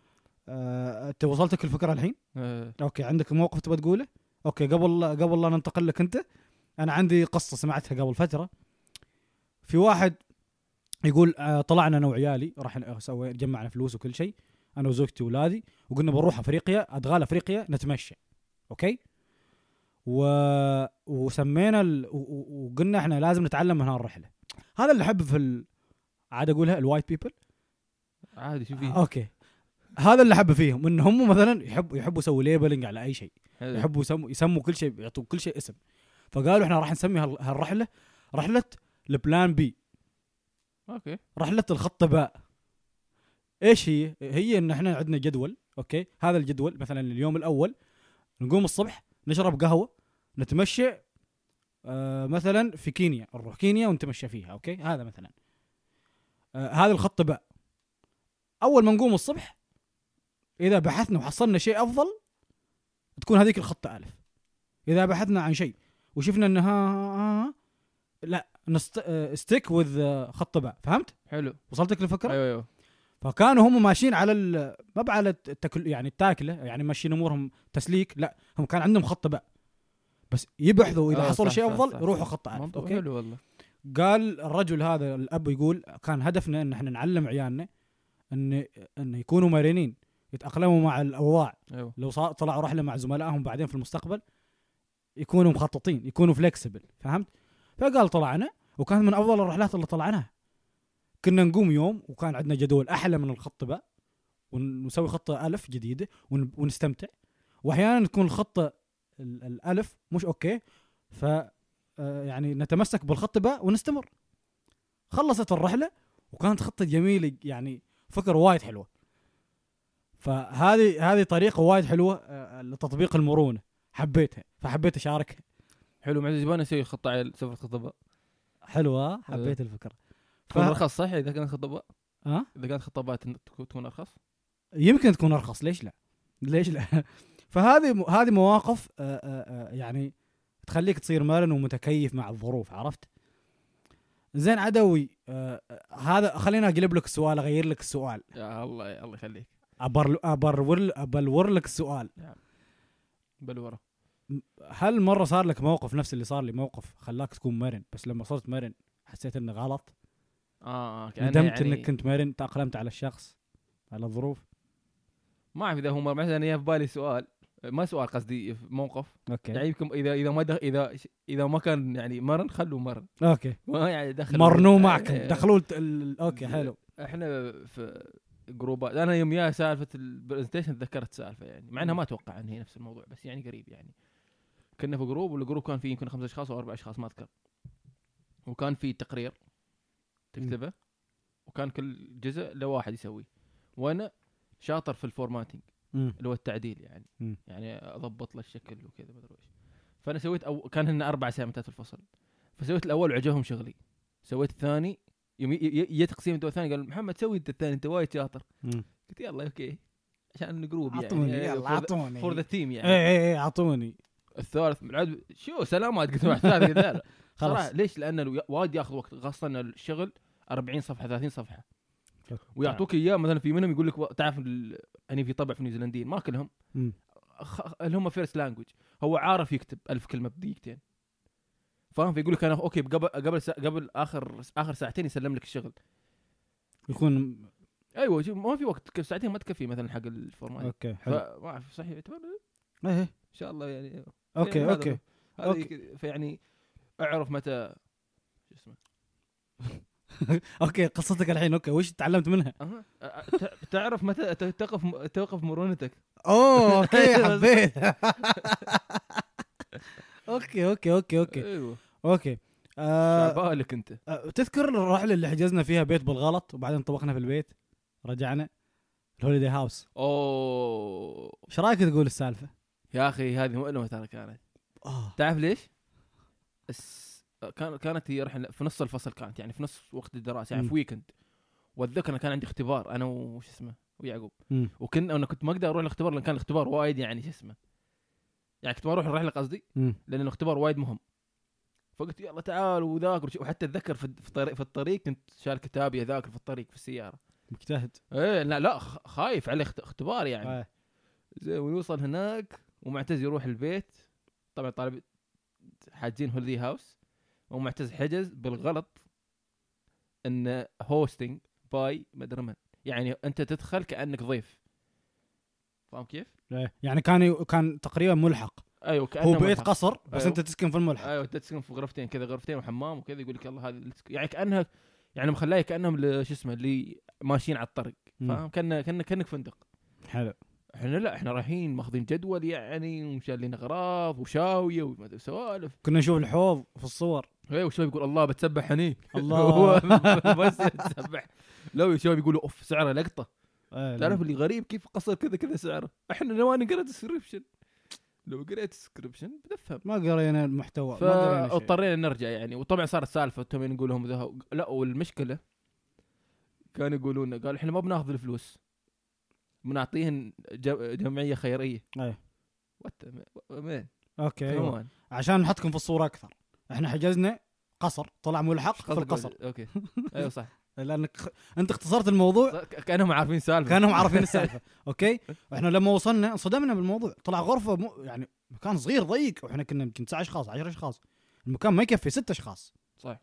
أه انت وصلتك الفكره الحين؟ أه. اوكي عندك موقف تبغى تقوله؟ اوكي قبل قبل لا ننتقل لك انت، انا عندي قصه سمعتها قبل فتره. في واحد يقول أه طلعنا انا وعيالي راح نسوي جمعنا فلوس وكل شيء انا وزوجتي واولادي وقلنا بنروح افريقيا ادغال افريقيا نتمشى. اوكي و... وسمينا ال... و... وقلنا احنا لازم نتعلم من هالرحله. هذا اللي احب في ال... عاد اقولها الوايت بيبل عادي شو فيه. اوكي هذا اللي احب فيهم ان هم مثلا يحبوا يحبوا يسووا ليبلنج على اي شيء. حلو. يحبوا يسموا يسموا كل شيء، يعطوا كل شيء اسم. فقالوا احنا راح نسمي هالرحله رحله البلان بي. اوكي رحله الخطه باء. ايش هي؟ هي ان احنا عندنا جدول. اوكي هذا الجدول مثلا اليوم الاول نقوم الصبح نشرب قهوه نتمشى آه مثلا في كينيا، نروح كينيا ونتمشى فيها. اوكي هذا مثلا آه هذا الخط باء. اول ما نقوم الصبح اذا بحثنا وحصلنا شيء افضل تكون هذيك الخطه الف. اذا بحثنا عن شيء وشفنا انها لا نستيك وذ خط باء. فهمت؟ حلو. وصلتك الفكره؟ ايوه ايوه. فكانوا هم ماشيين على ما على التكل يعني التاكله، يعني ماشيين امورهم تسليك. لا هم كان عندهم خط باء بس يبحثوا اذا حصلوا شيء افضل يروحوا خط الف. اوكي حلو والله. قال الرجل هذا الاب يقول كان هدفنا ان احنا نعلم عيالنا ان ان يكونوا مرنين يتاقلموا مع الاوضاع. أيوه. لو طلعوا رحله مع زملائهم بعدين في المستقبل يكونوا مخططين يكونوا فليكسبل. فهمت؟ فقال طلعنا وكانت من افضل الرحلات اللي طلعناها. كنا نقوم يوم وكان عندنا جدول احلى من الخط باء ونسوي خطه الف جديده ونستمتع. واحيانا تكون الخطه الالف مش اوكي ف آه يعني نتمسك بالخطة ونستمر. خلصت الرحلة وكانت خطة جميلة يعني فكرة وايد حلوة. فهذه هذه طريقة وايد حلوة آه لتطبيق المرونة، حبيتها فحبيت أشاركها. حلو. معزز يبغى نسوي خطة على سفرة خطباء. حلوة حبيت الفكرة. تكون أرخص صح إذا كانت خطباء؟ ها؟ إذا كانت خطبات تكون أرخص؟ يمكن تكون أرخص، ليش لا؟ ليش لا؟ فهذه هذه مواقف آآ آآ يعني تخليك تصير مرن ومتكيف مع الظروف، عرفت؟ زين عدوي، هذا خلينا أقلب لك السؤال، أغير لك السؤال. يا الله يا الله يخليك. أبر أبرور أبلور لك السؤال. بلورة. هل مرة صار لك موقف نفس اللي صار لي، موقف خلاك تكون مرن بس لما صرت مرن حسيت إنه غلط؟ آه ندمت يعني إنك كنت مرن، تأقلمت على الشخص على الظروف؟ ما أعرف إذا هو مثلا أنا في بالي سؤال، ما سؤال قصدي موقف. أوكي. يعني يمكن إذا إذا ما دخ... إذا إذا ما كان يعني مرن خلوا مرن. أوكي. ما يعني دخل مرنوا معكم دخلوا ال... أوكي حلو. إحنا في جروبات، أنا يوم يا سالفة البرزنتيشن تذكرت سالفة يعني مع أنها ما أتوقع أن هي نفس الموضوع بس يعني قريب. يعني كنا في جروب والجروب كان فيه يمكن خمسة أشخاص أو أربع أشخاص ما أذكر، وكان فيه تقرير تكتبه وكان كل جزء لواحد يسويه، وأنا شاطر في الفورماتينج اللي هو التعديل يعني م. يعني أضبط له الشكل وكذا ما أدري إيش. فأنا سويت أو كان هن أربع ساعات في الفصل، فسويت الأول وعجبهم شغلي. سويت الثاني يوم يجي تقسيم الدور الثاني قال محمد سوي أنت الثاني أنت وايد شاطر. قلت يلا أوكي عشان نجروب يعني عطوني يلا عطوني فور ذا تيم يعني إيه إيه عطوني. الثالث العد شو سلامات قلت له الثالث كذا خلاص. ليش؟ لأن وايد ياخذ وقت، خاصة الشغل أربعين صفحة ثلاثين صفحة ويعطوك اياه. مثلا في منهم يقول لك تعرف يعني في طبع في نيوزيلنديين ما كلهم اللي هم فيرست لانجويج، هو عارف يكتب ألف كلمة بدقيقتين فاهم، فيقول لك انا اوكي قبل قبل قبل اخر اخر ساعتين يسلم لك الشغل يكون ايوه ما في وقت ساعتين ما تكفي مثلا حق الفورمات. اوكي حلو ما اعرف صحيح ايه ان شاء الله يعني اوكي يعني اوكي اوكي فيعني اعرف متى شو اسمه اوكي قصتك الحين اوكي وش تعلمت منها؟ أه. تعرف متى توقف توقف مرونتك. اوه اوكي حبيت. اوكي اوكي اوكي اوكي ايوه اوكي آه بالك انت آه تذكر الرحله اللي حجزنا فيها بيت بالغلط وبعدين طبخنا في البيت رجعنا الهوليدي هاوس؟ اوه ايش رايك تقول السالفه يا اخي؟ هذه مؤلمه ترى كانت. أوه. تعرف ليش؟ الس... كان كانت هي رحله في نص الفصل، كانت يعني في نص وقت الدراسه يعني م. في ويكند. والذكر انا كان عندي اختبار انا وش اسمه ويعقوب، وكنا انا كنت ما اقدر اروح الاختبار لان كان الاختبار وايد يعني شو اسمه يعني كنت ما اروح الرحله قصدي م. لان الاختبار وايد مهم. فقلت يلا تعال وذاكر، وحتى اتذكر في الطريق في الطريق كنت شال كتابي اذاكر في الطريق في السياره مجتهد. ايه لا لا خايف عليه اختبار يعني آه. زين ونوصل هناك ومعتز يروح البيت. طبعا طالب حاجين هوليدي هاوس ومعتز حجز بالغلط ان هوستنج باي مدري من، يعني انت تدخل كانك ضيف فاهم كيف؟ يعني كان كان تقريبا ملحق. ايوه هو بيت قصر بس أيوة. انت تسكن في الملحق. ايوه انت تسكن في غرفتين كذا، غرفتين وحمام وكذا. يقول لك يلا هذه يعني كانها يعني مخلاه كانهم شو اسمه اللي ماشيين على الطريق فاهم، كان كان كانك فندق. حلو. احنا لا احنا رايحين ماخذين جدول يعني ومشالين اغراض وشاويه وما سوالف. كنا نشوف الحوض في الصور. ايوه وشباب يقول الله بتسبح هني الله بس تسبح. لو الشباب يقولوا اوف سعره لقطه. آه تعرف اللي غريب كيف قصر كذا كذا سعره. احنا لو انا قرأت الديسكربشن لو قرأت الديسكربشن بتفهم. ما قرينا المحتوى فاضطرينا نرجع يعني. وطبعا صارت سالفه تومين نقول لهم ذا لا، والمشكله كانوا يقولون قال احنا ما بناخذ الفلوس بنعطيهن جمعيه خيريه. اي وين اوكي أيوة. عشان نحطكم في الصوره اكثر. احنا حجزنا قصر طلع ملحق في القصر. اوكي ايوه صح لانك خ... انت اختصرت الموضوع كانهم عارفين السالفه كانهم عارفين السالفه. اوكي واحنا لما وصلنا انصدمنا بالموضوع. طلع غرفه م... يعني مكان صغير ضيق واحنا كنا يمكن تسعة اشخاص عشرة اشخاص، المكان ما يكفي ستة اشخاص صح.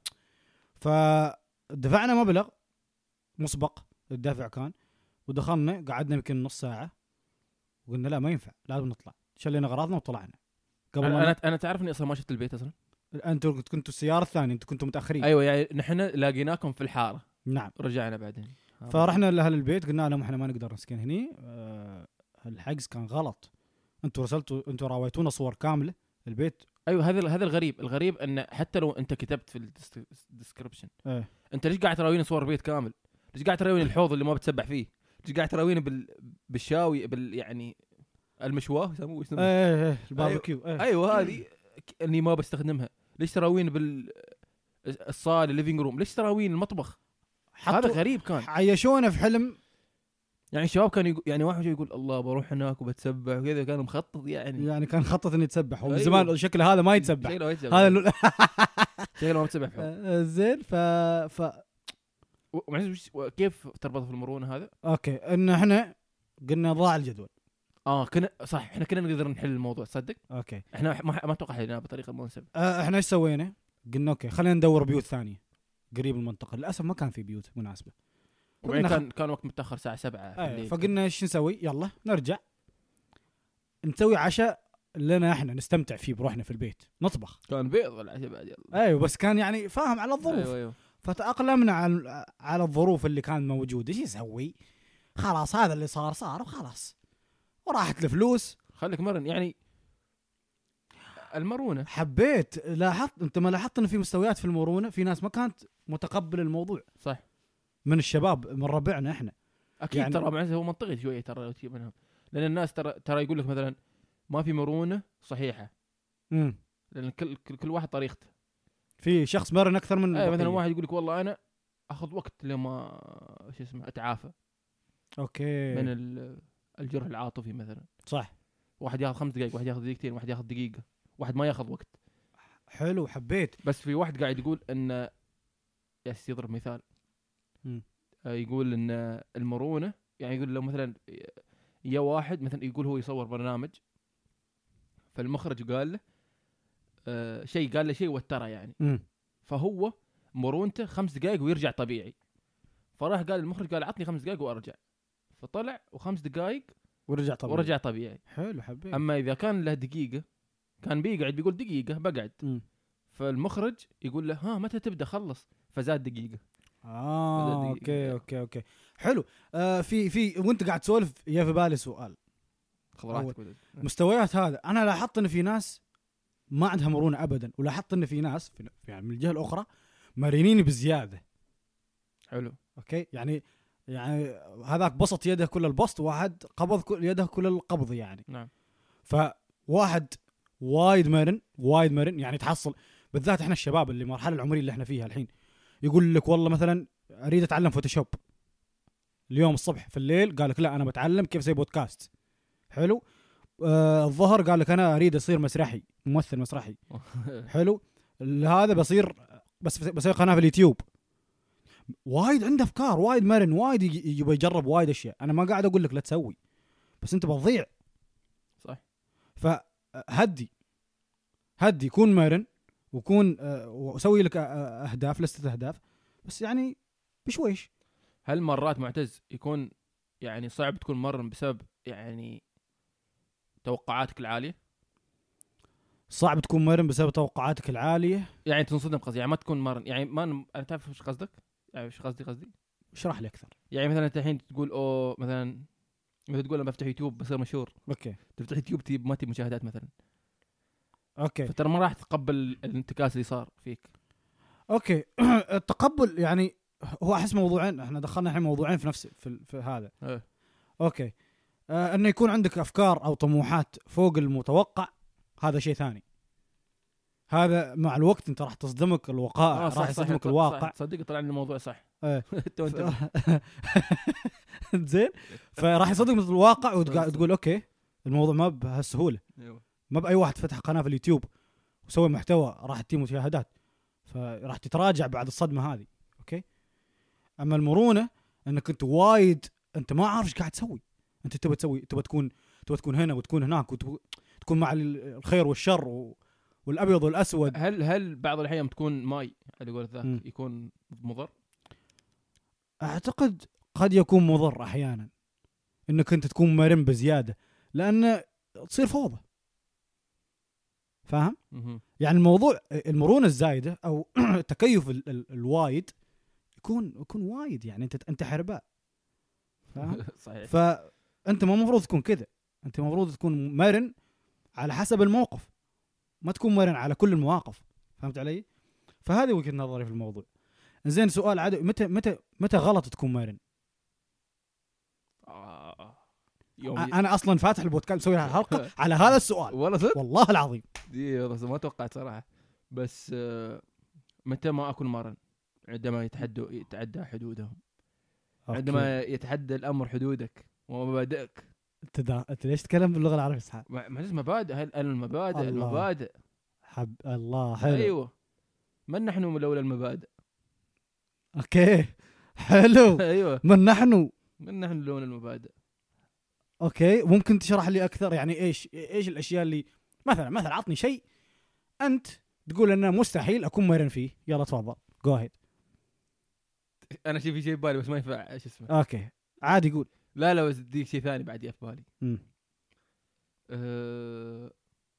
فدفعنا مبلغ مسبق الدفع كان، ودخلنا قعدنا يمكن نص ساعه وقلنا لا ما ينفع لازم نطلع. شلينا اغراضنا وطلعنا. قبل انا انا, أنا تعرف اني اصلا ما شفت البيت اصلا. انتوا كنتوا السياره الثانيه، انتوا كنتوا متاخرين. ايوه يعني نحن لاقيناكم في الحاره. نعم رجعنا بعدين. فرحنا لاهل البيت قلنا لهم احنا ما نقدر نسكن هني. أه الحجز كان غلط. انتوا رسلتوا انتوا راويتونا صور كامله البيت ايوه هذا هذا الغريب الغريب ان حتى لو انت كتبت في الديسكربشن ايه انت ليش قاعد تراويني صور بيت كامل؟ ليش قاعد تراويني الحوض اللي ما بتسبح فيه؟ ليش قاعد تراويني بال... بالشاوي بال يعني المشواه يسموه يسموه ايه ايه الباربيكيو ايه. ايوه هذه اني ما بستخدمها. ليش تراويني بال الصاله الليفينج روم؟ ليش تراويني المطبخ؟ هذا غريب كان. عيشونا في حلم يعني الشباب كان يقول يعني واحد يقول الله بروح هناك وبتسبح وكذا، كان مخطط يعني يعني كان خطط انه يتسبح ومن أيوه. زمان شكله هذا ما يتسبح هذا ال... شكله ما يتسبح زين. ف ف معلش كيف تربط في المرونه هذا؟ اوكي ان احنا قلنا ضاع الجدول. اه كنا صح احنا كنا نقدر نحل الموضوع تصدق. اوكي احنا ما ما اتوقع حليناه بطريقه مناسبه. اه احنا ايش سوينا؟ قلنا اوكي خلينا ندور بيوت ثانيه قريب المنطقه. للاسف ما كان في بيوت مناسبه. وبعدين كان كان وقت متاخر الساعه سبعة آه فقلنا ايش نسوي؟ يلا نرجع نسوي عشاء لنا احنا نستمتع فيه بروحنا في البيت، نطبخ. كان بيض والعشاء بعد يلا. ايوه بس كان يعني فاهم على الظروف. أيوة أيوة. فتأقلمنا على على الظروف اللي كانت موجوده. ايش يسوي؟ خلاص هذا اللي صار صار وخلاص وراحت الفلوس. خليك مرن يعني المرونه. حبيت لاحظت انت ما لاحظت ان في مستويات في المرونه؟ في ناس ما كانت متقبل الموضوع صح من الشباب من ربعنا احنا اكيد يعني ترى معزه هو منطقي شويه ترى لو تجيب منهم، لان الناس ترى ترى يقول لك مثلا ما في مرونه صحيحه. امم لان كل كل, كل واحد طريقته. في شخص مرن اكثر من اي مثلا واحد يقول لك والله انا اخذ وقت لما شو اسمه اتعافى اوكي من الجرح العاطفي مثلا. صح. واحد ياخذ خمس دقائق، واحد ياخذ دقيقتين، واحد ياخذ دقيقه، واحد ما ياخذ وقت. حلو حبيت. بس في واحد قاعد يقول ان يا سيدي يضرب مثال م. يقول ان المرونه يعني يقول لو مثلا يا واحد مثلا يقول هو يصور برنامج فالمخرج قال له آه شيء قال له شيء وترى يعني م. فهو مرونته خمس دقائق ويرجع طبيعي. فراح قال المخرج قال عطني خمس دقائق وارجع، فطلع وخمس دقائق ورجع طبيعي. ورجع طبيعي. حلو حبيت. اما اذا كان له دقيقه كان بيقعد بيقول دقيقه بقعد م. فالمخرج يقول له ها متى تبدا خلص فزاد دقيقه. اه اوكي اوكي اوكي حلو. آه في في وانت قاعد تسولف يا في بالي سؤال مستويات هذا. انا لاحظت ان في ناس ما عندها مرونه ابدا، ولاحظت ان في ناس في يعني من الجهه الاخرى مرنين بزياده. حلو اوكي يعني يعني هذاك بسط يده كل البسط، واحد قبض كل يده كل القبض يعني. نعم. فواحد وايد مرن وايد مرن يعني تحصل بالذات احنا الشباب اللي المرحله العمريه اللي احنا فيها الحين يقول لك والله مثلا اريد اتعلم فوتوشوب. اليوم الصبح في الليل قال لك لا انا بتعلم كيف اسوي بودكاست. حلو. آه الظهر قال لك انا اريد اصير مسرحي ممثل مسرحي. حلو. هذا بصير بس بسوي قناه في اليوتيوب. وايد عنده افكار وايد مرن وايد يبي يجرب وايد اشياء. انا ما قاعد اقول لك لا تسوي بس انت بتضيع. صح. فهدي هدي كون مرن وكون آه وسوي لك آه اهداف لستة اهداف بس يعني بشويش. هل مرات معتز يكون يعني صعب تكون مرن بسبب يعني توقعاتك العاليه؟ صعب تكون مرن بسبب توقعاتك العاليه يعني تنصدم قصدي يعني ما تكون مرن يعني ما ن... انا تعرف ايش قصدك يعني ايش قصدي قصدي اشرح لي اكثر. يعني مثلا انت الحين تقول او مثلا مثلا تقول انا بفتح يوتيوب بصير مشهور. اوكي. تفتح يوتيوب تجيب ما تجيب مشاهدات مثلا. اوكي. فترى ما راح تتقبل الانتكاس اللي صار فيك. اوكي. التقبل يعني هو احس موضوعين. احنا دخلنا الحين موضوعين في نفس في, في هذا. أه. اوكي. آه انه يكون عندك افكار او طموحات فوق المتوقع هذا شيء ثاني. هذا مع الوقت انت راح تصدمك الوقائع. آه راح يصدمك الواقع. صدق طلع لي الموضوع صح. ايه زين. فراح يصدمك الواقع وتقول اوكي الموضوع ما بهالسهوله. ما باي واحد فتح قناه في اليوتيوب وسوي محتوى راح تجي مشاهدات فراح تتراجع بعد الصدمه هذه. اوكي. اما المرونه انك انت وايد انت ما عارف ايش قاعد تسوي. انت تبغى تسوي تبغى تكون تبغى تكون هنا وتكون هناك وتكون مع الخير والشر و... والابيض والاسود. هل هل بعض الاحيان تكون ماي على قول ذاك يكون مضر؟ اعتقد قد يكون مضر احيانا انك انت تكون مرن بزياده لان تصير فوضى. فاهم؟ يعني الموضوع المرونه الزايده او التكيف ال... ال... الوايد يكون يكون وايد يعني انت انت حرباء. فاهم؟ صحيح. فانت ما المفروض تكون كذا. انت المفروض تكون مرن على حسب الموقف. ما تكون مرن على كل المواقف. فهمت علي؟ فهذه وجهة نظري في الموضوع. زين سؤال عادي، متى متى متى غلط تكون مرن؟ آه. يوم انا اصلا فاتح البودكاست مسوي حلقه على هذا السؤال والله صدق والله العظيم دي ما توقعت صراحه. بس آه متى ما اكون مرن؟ عندما يتحدوا يتعدى حدودهم. أوكي. عندما يتحدى الامر حدودك ومبادئك. انت دا... انت ليش تتكلم باللغه العربيه صح؟ ما لازم مبادئ. هل المبادئ الله. المبادئ حب الله حلو. ايوه. من نحن لولا المبادئ؟ اوكي حلو. ايوه من نحن من نحن لولا المبادئ. اوكي ممكن تشرح لي اكثر يعني ايش ايش الاشياء اللي مثلا مثلا عطني شيء انت تقول انه مستحيل اكون مرن فيه. يلا تفضل جو اهيد. انا شي في شيء ببالي بس ما ينفع ايش اسمه. اوكي عادي قول. لا لا بس ديك شيء ثاني بعد في بالي. امم أه...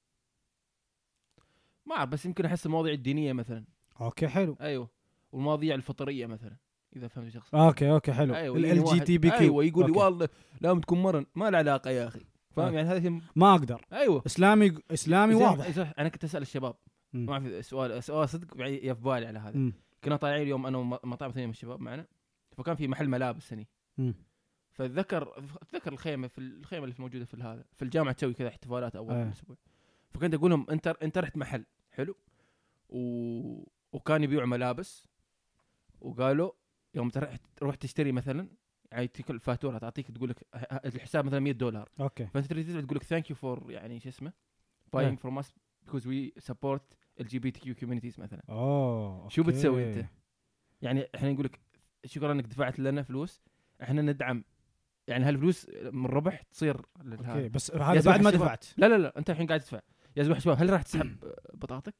ما أعرف بس يمكن احس المواضيع الدينيه مثلا. اوكي حلو. ايوه والمواضيع الفطريه مثلا اذا فهمت شخص. اوكي اوكي حلو. أيوة ال جي تي بي كيو. ايوه يقول لي أوكي. والله لا تكون مرن ما له علاقه يا اخي. فاهم أوكي. يعني هذا شيء ما اقدر. ايوه اسلامي اسلامي زين- واضح. زين، انا كنت اسال الشباب مم. ما في سؤال سؤال صدق يا في بالي على هذا. مم. كنا طالعين اليوم انا ومطعم ثاني من الشباب معنا فكان في محل ملابس هني. مم. فاتذكر اتذكر الخيمه في الخيمه اللي موجوده في هذا في الجامعه تسوي كذا احتفالات اول أيه. الاسبوع. فكنت اقول لهم انت انت رحت محل حلو و... وكان يبيع ملابس وقالوا يوم تروح تروح تشتري مثلا يعني تلك الفاتوره تعطيك تقول لك الحساب مثلا مية دولار. اوكي فانت تريد تقول لك ثانك يو فور يعني شو اسمه أيه. باينج فروم اس بيكوز وي سبورت ال جي بي تي كيو كوميونيتيز مثلا. اوه شو أوكي. بتسوي انت؟ يعني احنا نقول لك شكرا انك دفعت لنا فلوس احنا ندعم يعني هالفلوس من ربح تصير اوكي للهذا. بس يا هذا زلمة بعد ما الشباب. دفعت. لا لا لا انت الحين قاعد تدفع يا زلمه شباب هل راح تسحب بطاقتك؟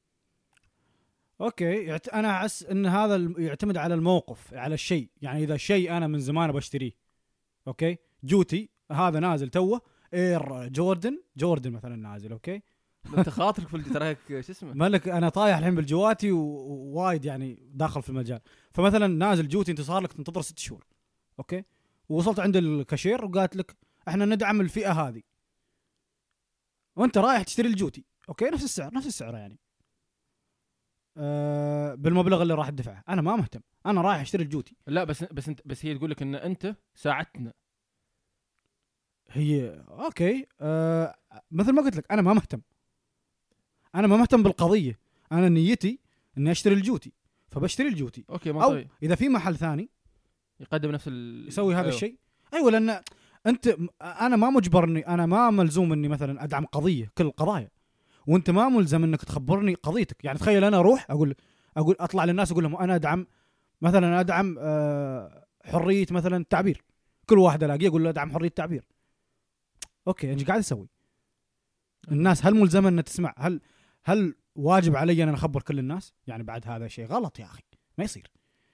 اوكي يعت... انا احس ان هذا الم- يعتمد على الموقف على الشيء. يعني اذا شيء انا من زمان بشتريه اوكي جوتي هذا نازل توه اير جوردن جوردن مثلا نازل اوكي انت خاطرك في تراك شو اسمه مالك انا طايح الحين بالجواتي و- ووايد يعني داخل في المجال. فمثلا نازل جوتي انت صار لك تنتظر ست شهور اوكي ووصلت عند الكاشير وقالت لك احنا ندعم الفئه هذه وانت رايح تشتري الجوتي اوكي نفس السعر نفس السعر يعني أه بالمبلغ اللي راح تدفعه. انا ما مهتم انا رايح اشتري الجوتي. لا بس بس انت بس هي تقول لك ان انت ساعدتنا. هي اوكي أه مثل ما قلت لك انا ما مهتم انا ما مهتم بالقضيه. انا نيتي اني اشتري الجوتي فبشتري الجوتي. اوكي ما او طيب. اذا في محل ثاني يقدم نفس ال... يسوي هذا أيوه. الشيء ايوه لان انت انا ما مجبرني انا ما ملزوم اني مثلا ادعم قضيه كل القضايا وانت ما ملزم انك تخبرني قضيتك. يعني تخيل انا اروح اقول اقول اطلع للناس اقول لهم انا ادعم مثلا ادعم أه حريه مثلا التعبير. كل واحد الاقيه اقول له ادعم حريه التعبير. اوكي ايش قاعد اسوي؟ الناس هل ملزمه ان تسمع؟ هل هل واجب علي ان انا اخبر كل الناس؟ يعني بعد هذا شيء غلط يا اخي ما يصير.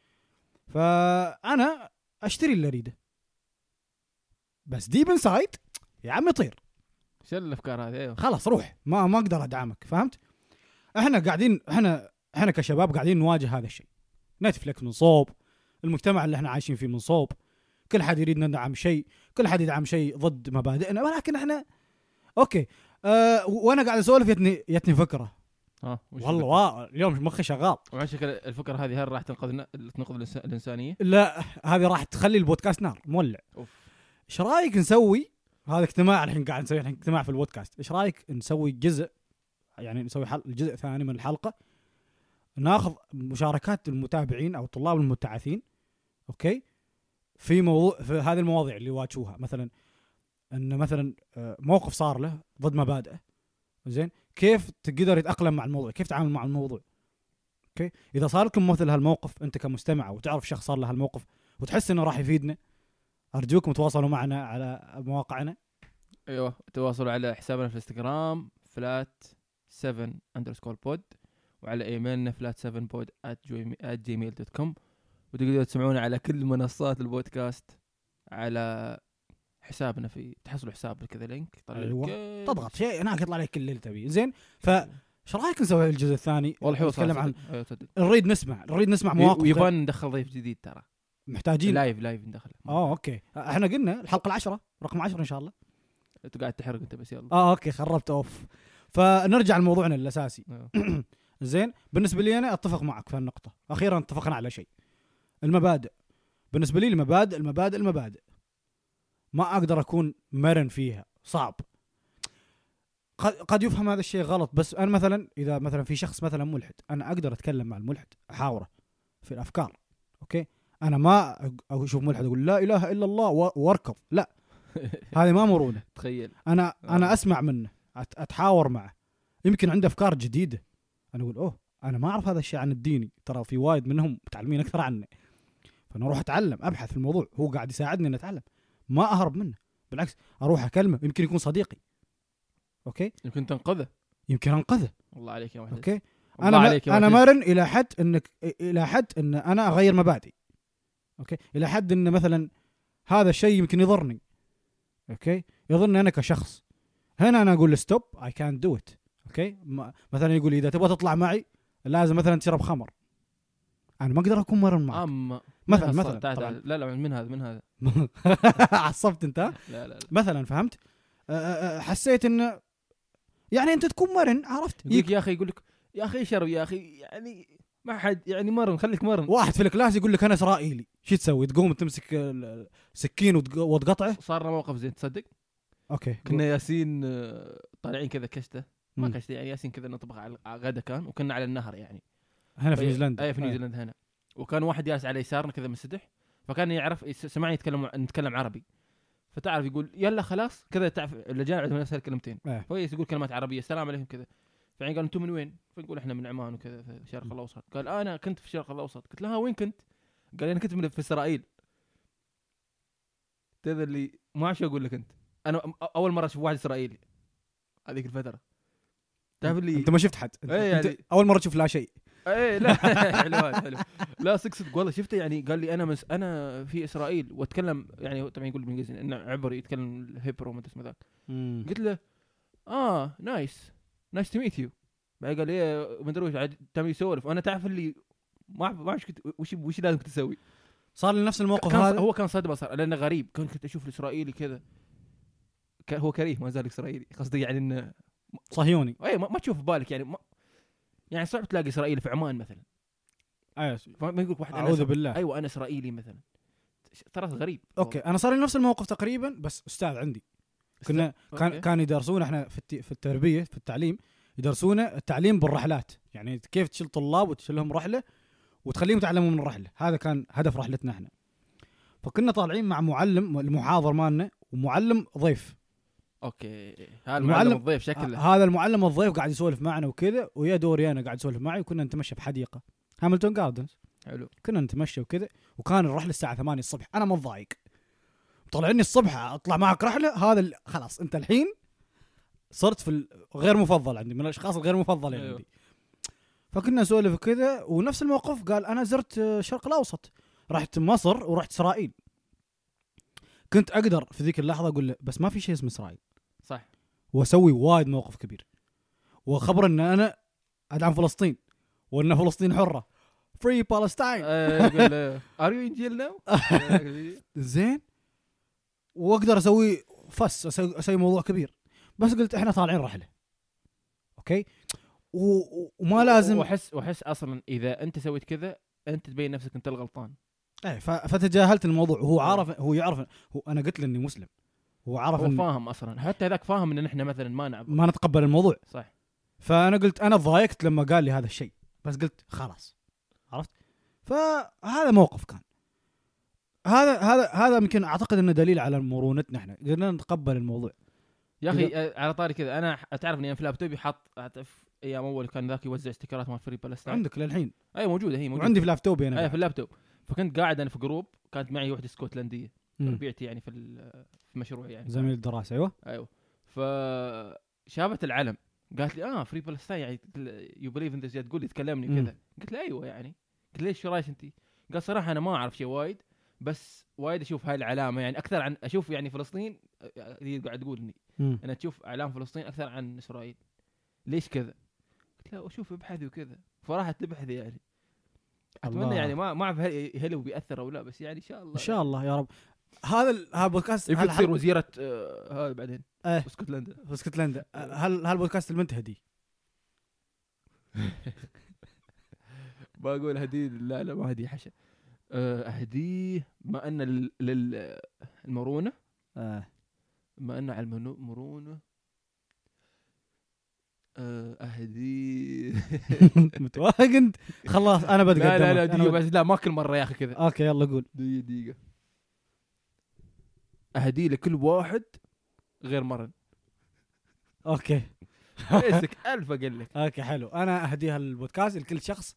فانا اشتري اللي اريده بس ديب انسايد يا عمي طير شو الافكار هذه؟ ايوه خلاص روح ما ما اقدر ادعمك. فهمت؟ احنا قاعدين احنا احنا كشباب قاعدين نواجه هذا الشيء. نتفلكس من صوب المجتمع اللي احنا عايشين فيه من صوب كل حد يريد ندعم شيء كل حد يدعم شيء ضد مبادئنا ولكن احنا اوكي أه وانا قاعد اسولف يتني يتني فكره ها وش والله وا... اليوم مخي شغال. وعلى شكل الفكره هذه هل راح تنقذ تنقذ الإنس- الانسانيه؟ لا هذه راح تخلي البودكاست نار مولع. اوف ايش رايك نسوي هذا اجتماع الحين قاعد نسوي الحين اجتماع في البودكاست. ايش رايك نسوي جزء يعني نسوي حل... الجزء الثاني من الحلقه ناخذ مشاركات المتابعين او الطلاب المبتعثين اوكي في موضوع في هذه المواضيع اللي واجهوها مثلا ان مثلا موقف صار له ضد مبادئه زين كيف تقدر يتاقلم مع الموضوع كيف تتعامل مع الموضوع. اوكي اذا صار لكم مثل هالموقف انت كمستمع وتعرف شخص صار له هالموقف وتحس انه راح يفيدنا ارجوكم تواصلوا معنا على مواقعنا. ايوه تواصلوا على حسابنا في الانستغرام فلات سفن اندرسكور بود وعلى ايميلنا فلات سفن بود ات جيميل دوت كوم وتقدروا تسمعونا على كل منصات البودكاست على حسابنا في تحصلوا حساب كذا لينك طلع أيوة. لك تضغط شيء هناك يطلع لك كل اللي تبيه زين. فايش رايك نسوي الجزء الثاني والله حلو نتكلم عن أيوة صدق. نريد نسمع نريد نسمع مواقف ويبان ندخل ضيف جديد ترى محتاجين لايف لايف ندخله. اه اوكي احنا قلنا الحلقه العشرة رقم عشرة ان شاء الله. انت قاعد تحرق انت بس يلا. اه اوكي خربت اوف. فنرجع لموضوعنا الاساسي. آه. زين، بالنسبه لي انا اتفق معك في هالنقطه. اخيرا اتفقنا على شيء، المبادئ. بالنسبه لي المبادئ المبادئ المبادئ ما اقدر اكون مرن فيها، صعب. قد قد يفهم هذا الشيء غلط، بس انا مثلا اذا مثلا في شخص مثلا ملحد، انا اقدر اتكلم مع الملحد احاوره في الافكار، اوكي. انا ما اشوف ملحد اقول لا اله الا الله واركض، لا هذه ما مرونه. تخيل انا انا اسمع منه، اتحاور معه، يمكن عنده افكار جديده، انا اقول اوه انا ما اعرف هذا الشيء عن الديني، ترى في وايد منهم متعلمين اكثر عني، فانا اروح اتعلم، ابحث في الموضوع، هو قاعد يساعدني ان اتعلم، ما اهرب منه، بالعكس اروح اكلمه، يمكن يكون صديقي، اوكي، يمكن تنقذه، يمكن انقذه. الله عليك يا محمد. اوكي، الله انا عليك يا انا محمد. مرن الى حد انك الى حد ان انا اغير مبادئي، اوكي، الى حد ان مثلا هذا الشيء يمكن يضرني، اوكي، يضرني انا كشخص، هنا انا اقول ستوب، اي كانت دو ات، اوكي. مثلا يقول اذا تبغى تطلع معي لازم مثلا تشرب خمر، انا ما اقدر اكون مرن معك. أما مثلا مثلا تعال تعال. لا لا من هذا من هذا عصبت انت. لا لا, لا. مثلا فهمت، أه أه حسيت انه يعني انت تكون مرن، عرفت، يقولك يا اخي، يقول لك يا اخي اشرب يا اخي، يعني ما حد يعني مرن، خليك مرن. واحد في الكلاس يقول لك انا اسرائيلي، شو تسوي؟ تقوم تمسك سكين وتقطعه؟ صار لنا موقف زين تصدق. اوكي، كنا ياسين طالعين كذا كشته، ما مم. كشته يعني، ياسين كذا نطبخ على غدا كان، وكنا على النهر يعني هنا في نيوزيلندا. اي في نيوزيلندا هنا، وكان واحد جالس على يسارنا كذا منسدح، فكان يعرف سمعني يتكلم نتكلم عربي، فتعرف يقول يلا خلاص كذا، تعرف اللجان عندهم نفس الكلمتين، أه. هو يقول كلمات عربيه السلام عليكم كذا، فعين قال انتم من وين؟ فنقول احنا من عمان وكذا في الشرق الاوسط. قال انا كنت في الشرق الاوسط. قلت له وين كنت؟ قال انا كنت من في اسرائيل. تدري اللي ما اعرف شو اقول لك، انت انا اول مره اشوف واحد اسرائيلي هذيك الفتره، تعرف اللي انت ما شفت حد، انت, ايه يعني انت اول مره تشوف لا شيء. ايه لا حلو حلو لا سكست والله شفته يعني، قال لي انا مس انا في اسرائيل واتكلم يعني، طبعا يقول بالانجليزي انه عبري، يتكلم الهيبرو ما اسمه ذاك. قلت له اه نايس نايس تو ميت يو. بعدين قال لي ما ادري وش تم يسولف، وانا تعرف اللي ما ما ايش كنت وش وش لازم كنت اسوي. صار لي نفس الموقف كان هذا. هو كان صدمه صار لانه غريب، كنت اشوف الاسرائيلي كذا هو كريه ما زال اسرائيلي، قصدي يعني انه صهيوني. اي ما, ما تشوف في بالك يعني ما يعني صعب تلاقي اسرائيلي في عمان مثلا. ايوه ما يقول واحد اعوذ بالله. ايوه انا اسرائيلي مثلا، ترى غريب. اوكي انا صار لي نفس الموقف تقريبا، بس استاذ عندي كنا كان كان يدرسون احنا في في التربيه في التعليم، يدرسونا التعليم بالرحلات، يعني كيف تشيل طلاب وتشيلهم رحله وتخليهم يتعلموا من الرحله، هذا كان هدف رحلتنا احنا. فكنا طالعين مع معلم المحاضر مالنا ومعلم ضيف. اوكي هذا المعلم الضيف شكله، هذا المعلم الضيف قاعد يسولف معنا وكذا، ويا دوري انا قاعد يسولف معي، وكنا نتمشى في حديقه هاملتون جاردنز. حلو. كنا نتمشى وكذا، وكان الرحله الساعه ثمانية الصبح، انا متضايق، طلعني الصبح اطلع معك رحله، هذا خلاص انت الحين صرت في غير مفضل عندي، من الاشخاص الغير مفضلين أيوه. عندي. فكنا نسولف كذا، ونفس الموقف قال انا زرت الشرق الاوسط، رحت مصر ورحت اسرائيل. كنت اقدر في ذيك اللحظه اقول له بس ما في شيء اسمه اسرائيل، صح، واسوي وايد موقف كبير، وخبر ان انا ادعم فلسطين وان فلسطين حره، فري بالستاين، ار يو ان جيل ناو زين، واقدر اسوي فس، اسوي, أسوي موضوع كبير. بس قلت احنا طالعين رحله، اوكي، وما لازم. واحس واحس اصلا اذا انت سويت كذا انت تبين نفسك انت الغلطان. ايه فتجاهلت الموضوع، وهو عارف، هو يعرف، هو انا قلت له اني مسلم، هو عارف، هو فاهم اصلا، حتى هذاك فاهم ان احنا مثلا ما نعب ما نتقبل الموضوع، صح. فانا قلت انا ضايقت لما قال لي هذا الشيء، بس قلت خلاص، عرفت. فهذا موقف كان، هذا هذا هذا يمكن اعتقد انه دليل على مرونتنا، احنا قدرنا نتقبل الموضوع. يا اخي على طاري كذا، انا تعرف اني في لابتوبي حاط ايام اول كان ذاك يوزع استيكرات مال فري بالستاين. عندك للحين؟ اي موجوده، هي موجوده وعندي في لابتوبي انا. اي في اللابتوب. فكنت قاعد انا في جروب، كانت معي وحده اسكتلنديه ربيعتي يعني في في مشروع يعني زميل الدراسه. ايوه ايوه. فشافت العلم قالت لي اه فري بالستاين يعني يو بليف ان ذس، تقول لي تكلمني كذا. قلت لها ايوه يعني. قلت ليش شو رايك انت؟ قال صراحه انا ما اعرف شيء وايد، بس وايد اشوف هاي العلامه يعني اكثر عن اشوف يعني فلسطين، هي قاعد تقولني انا تشوف اعلام فلسطين اكثر عن اسرائيل، ليش كذا؟ قلت له اشوف ابحثي وكذا، فراحت تبحث يعني. اتمنى يعني ما ما اعرف هل هو بيأثر او لا، بس يعني ان شاء الله ان شاء الله يا رب. هذا ال- هذا البودكاست يمكن هل- تصير هل- وزيره آه، هذا بعدين إيه. في اسكتلندا. في اسكتلندا. هل هالبودكاست المنتهدي بقول هديه، لا لا ما هديه حشا. آه، اهديه ما ان لل- للمرونه، آه. ما ان على المنو- المرونه. آه، اهديه متوافق انت؟ خلاص انا بتقدم. لا لا لا أنا دقيقه بت- بس، لا ما كل مره يا اخي كذا. اوكي يلا قول. دقيقه دقيقه اهديه لكل واحد غير مرن. اوكي بيسك ألف اقول لك. اوكي حلو. انا اهديها البودكاست لكل شخص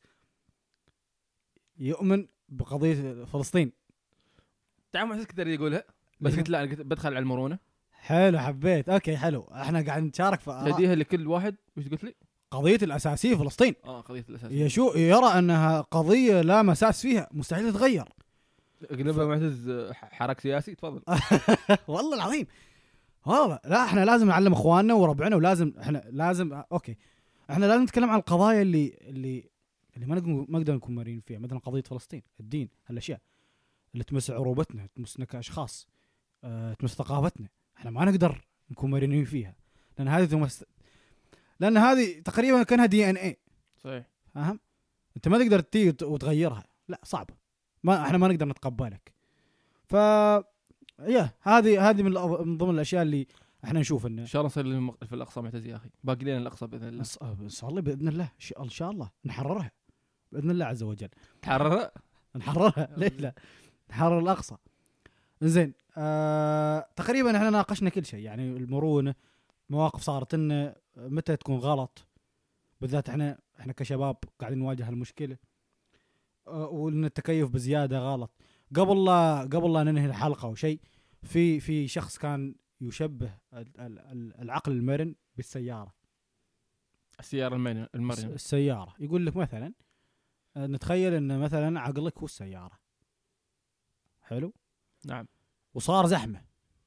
يؤمن بقضيه فلسطين. تعال ما تقدر يقولها، بس قلت لا قلت بدخل على المرونه. حلو حبيت. اوكي حلو. احنا قاعد نشارك في آراء. تهديها لكل واحد. وش قلت لي؟ قضيه الاساسيه فلسطين. اه قضيه الاساسيه. يشو يرى انها قضيه لا مساس فيها، مستحيل تتغير. قلبها معتز آه، حراك سياسي. تفضل. والله العظيم. والله لا احنا لازم نعلم اخواننا وربعنا، ولازم احنا لازم اوكي احنا لازم نتكلم عن القضايا اللي اللي اللي ما نقدر ما نقدر نكون مرين فيها، مثلا قضيه فلسطين، الدين، هالاشياء اللي تمس عروبتنا، تمسنا كاشخاص، اه تمس ثقافتنا. احنا ما نقدر نكون مرنين فيها، لان هذه تمس لان هذه تقريبا كانها دي ان اي. صحيح. فاهم؟ انت ما تقدر تيجي وتغيرها، لا صعبه. ما احنا ما نقدر نتقبلك. ف يا هذه هذه من, الأ- من ضمن الاشياء اللي احنا نشوف انه ان شاء الله نصير للم- في الاقصى معتز يا اخي. باقي لنا الاقصى باذن الله. نص- نصلي باذن الله إن شاء- ان شاء الله نحررها باذن الله عز وجل. تحرر. نحررها ليش لا؟ نحرر الاقصى. زين. آه تقريبا احنا ناقشنا كل شيء، يعني المرونه، مواقف صارت لنا متى تكون غلط، بالذات احنا احنا كشباب قاعدين نواجه المشكله. آه وان التكيف بزياده غلط. قبل لا قبل لا ننهي الحلقه وشيء، في في شخص كان يشبه ال- ال- ال- العقل المرن بالسياره. السياره المرنه الس- المرنه. السياره يقول لك مثلا آه، نتخيل ان مثلا عقلك هو السياره. حلو. نعم. وصار زحمه.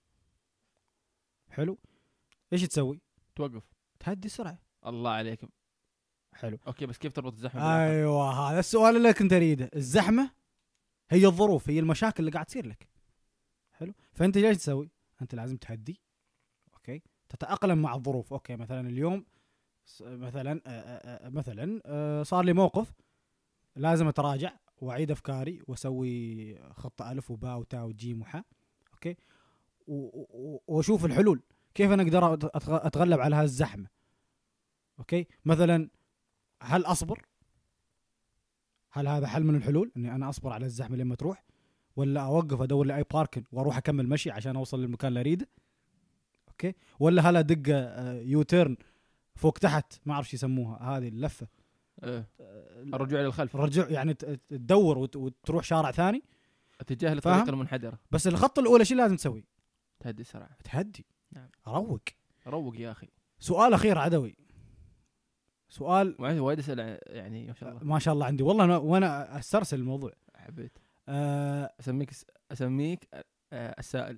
حلو. ايش تسوي؟ توقف. تهدي السرعه. الله عليك. حلو. اوكي بس كيف تربط الزحمه بالآخر؟ ايوه هذا السؤال اللي كنت اريده. الزحمه هي الظروف، هي المشاكل اللي قاعد تصير لك. حلو. فانت ايش تسوي؟ انت لازم تهدي. اوكي. تتاقلم مع الظروف. اوكي مثلا اليوم س- مثلا آه، آه، آه، مثلا آه، صار لي موقف لازم اتراجع واعيد افكاري واسوي خطه الف وباء وتاء وجيم وحاء. اوكي. و- و- واشوف الحلول، كيف انا اقدر أت- أتغ- اتغلب على هالزحمه. اوكي مثلا هل اصبر؟ هل هذا حل من الحلول اني انا اصبر على الزحمه لما تروح، ولا اوقف ادور لي اي باركن واروح اكمل مشي عشان اوصل للمكان اللي اريده؟ اوكي. ولا هلا دقه آه، يو تيرن فوق تحت، ما اعرف شو يسموها هذه اللفه، إيه. الرجوع للخلف. الرجوع يعني ت- تدور وت- وتروح شارع ثاني. اتجاه فاهم؟ للطريق المنحدره. بس الخطه الاولى شو لازم تسوي؟ تهدي السرعه. تهدي. نعم. روق. روق يا اخي. سؤال اخير عدوي، سؤال معي وايد اسئله يعني ما شاء الله. ما شاء الله عندي والله. أنا وانا استرسل الموضوع. حبيت أه اسميك اسميك آه، السائل.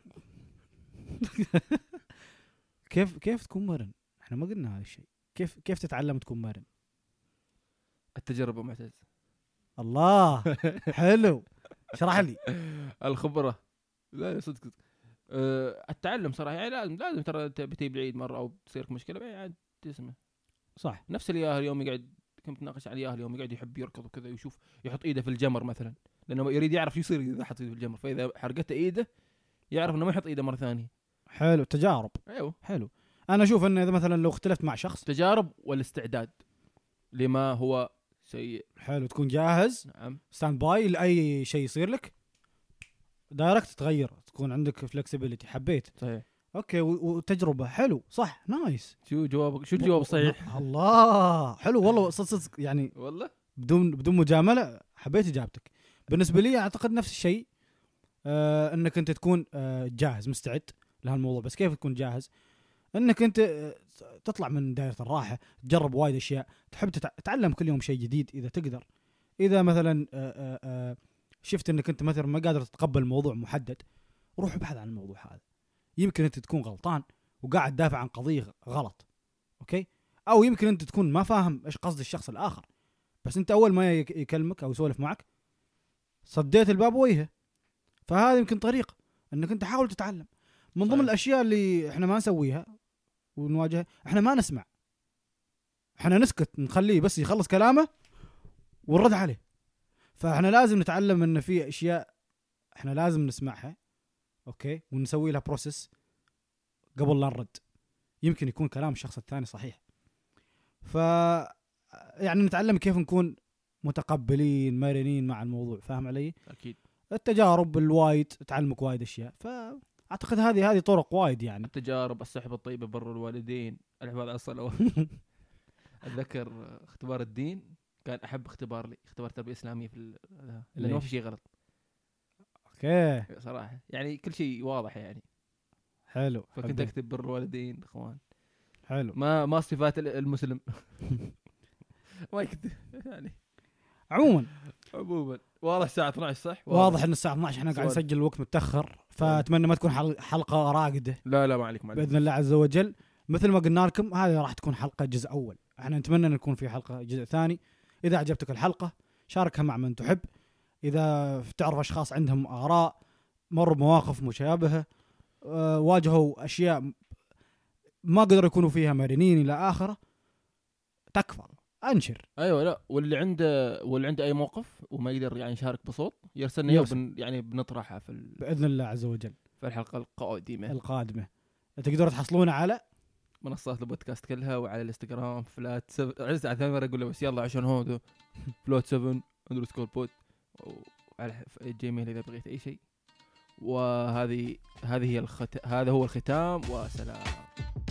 كيف كيف تكون مرن؟ احنا ما قلنا هذا الشيء. كيف كيف تتعلم تكون مرن؟ التجربه أبو معتز. الله حلو. اشرح لي. الخبره. لا لا صدق صدق. أه التعلم صراحه يعني لازم لازم ترى بتي بعيد مره او تصير مشكله يعني تسمع. صح. نفس الياهل اليوم يقعد كنت ناقش على الياهل اليوم يقعد يحب يركض وكذا ويشوف يحط ايده في الجمر مثلا، لانه يريد يعرف شو يصير اذا حط ايده في الجمر، فاذا حرقته ايده يعرف انه ما يحط ايده مره ثانيه. حلو. تجارب. ايوه. حلو. انا اشوف ان اذا مثلا لو اختلفت مع شخص، تجارب والاستعداد لما هو سيء. حلو، تكون جاهز نعم. ستاند باي لاي شيء يصير لك، دايركت تغير، تكون عندك فلكسبيليتي. حبيت. صحيح. اوكي. و- وتجربه. حلو. صح. نايس. شو جوابك؟ شو الجواب الصحيح؟ الله حلو والله. صدق صدق يعني والله بدون بدون مجامله حبيت اجابتك. بالنسبه لي اعتقد نفس الشيء. آه انك انت تكون آه جاهز مستعد لهالموضوع. بس كيف تكون جاهز؟ انك انت آه تطلع من دائره الراحه، تجرب وايد اشياء، تحب تتع- تتعلم كل يوم شيء جديد اذا تقدر. اذا مثلا آه آه آه شفت انك انت مثلا ما قادر تتقبل موضوع محدد، روح ابحث عن الموضوع هذا. يمكن انت تكون غلطان وقاعد تدافع عن قضيه غلط. اوكي. او يمكن انت تكون ما فاهم ايش قصد الشخص الاخر، بس انت اول ما يك- يكلمك او يسولف معك صديت الباب وجهه. فهذه يمكن طريقه انك انت حاول تتعلم. من ضمن صحيح. الاشياء اللي احنا ما نسويها ونواجهها، احنا ما نسمع، احنا نسكت نخليه بس يخلص كلامه ونرد عليه. فاحنا لازم نتعلم ان في اشياء احنا لازم نسمعها اوكي ونسوي لها بروسيس قبل لا نرد. يمكن يكون كلام الشخص الثاني صحيح، ف يعني نتعلم كيف نكون متقبلين مرنين مع الموضوع. فاهم علي؟ اكيد. التجارب الوايد تعلمك وايد اشياء، فاعتقد هذه هذه طرق وايد يعني. التجارب، الصحبه الطيبه، بر الوالدين، الحفاظ على الصلوات. اتذكر اختبار الدين كان احب اختبار لي، اختبار تربيه اسلاميه في ال... لانه ما في شيء غلط اوكي صراحه، يعني كل شيء واضح يعني. حلو. فكنت حبي. اكتب بر الوالدين، اخوان، حلو. ما ما صفات المسلم. ما يكتب يعني. عموما عموما واضح الساعه اثنا عشر صح؟ واضح ان الساعه اثنا عشر احنا قاعد سؤال. نسجل الوقت متاخر، فاتمنى ما تكون حل- حلقه راقده. لا لا ما عليك ما عليك. باذن الله عز وجل. مثل ما قلنا لكم هذه راح تكون حلقه جزء اول، احنا نتمنى ان يكون في حلقه جزء ثاني. اذا عجبتك الحلقه شاركها مع من تحب. اذا تعرف اشخاص عندهم اراء، مروا بمواقف مشابهه، أه واجهوا اشياء ما قدروا يكونوا فيها مرنين الى اخره، تكفى انشر. ايوه لا، واللي عنده واللي عنده اي موقف وما يقدر يعني يشارك بصوت يرسلنا اياه، وبن- يعني بنطرحها في ال... باذن الله عز وجل في الحلقه القادمه القادمه. تقدروا تحصلون على منصات البودكاست كلها، وعلى الانستغرام فلات سبعة. عزت على ثاني مره اقول له بس يلا عشان هو فلوت سبعة اندرسكور بود، وعلى جيميل اذا بغيت اي شيء. وهذه هذه هي الخت... هذا هو الختام، وسلام.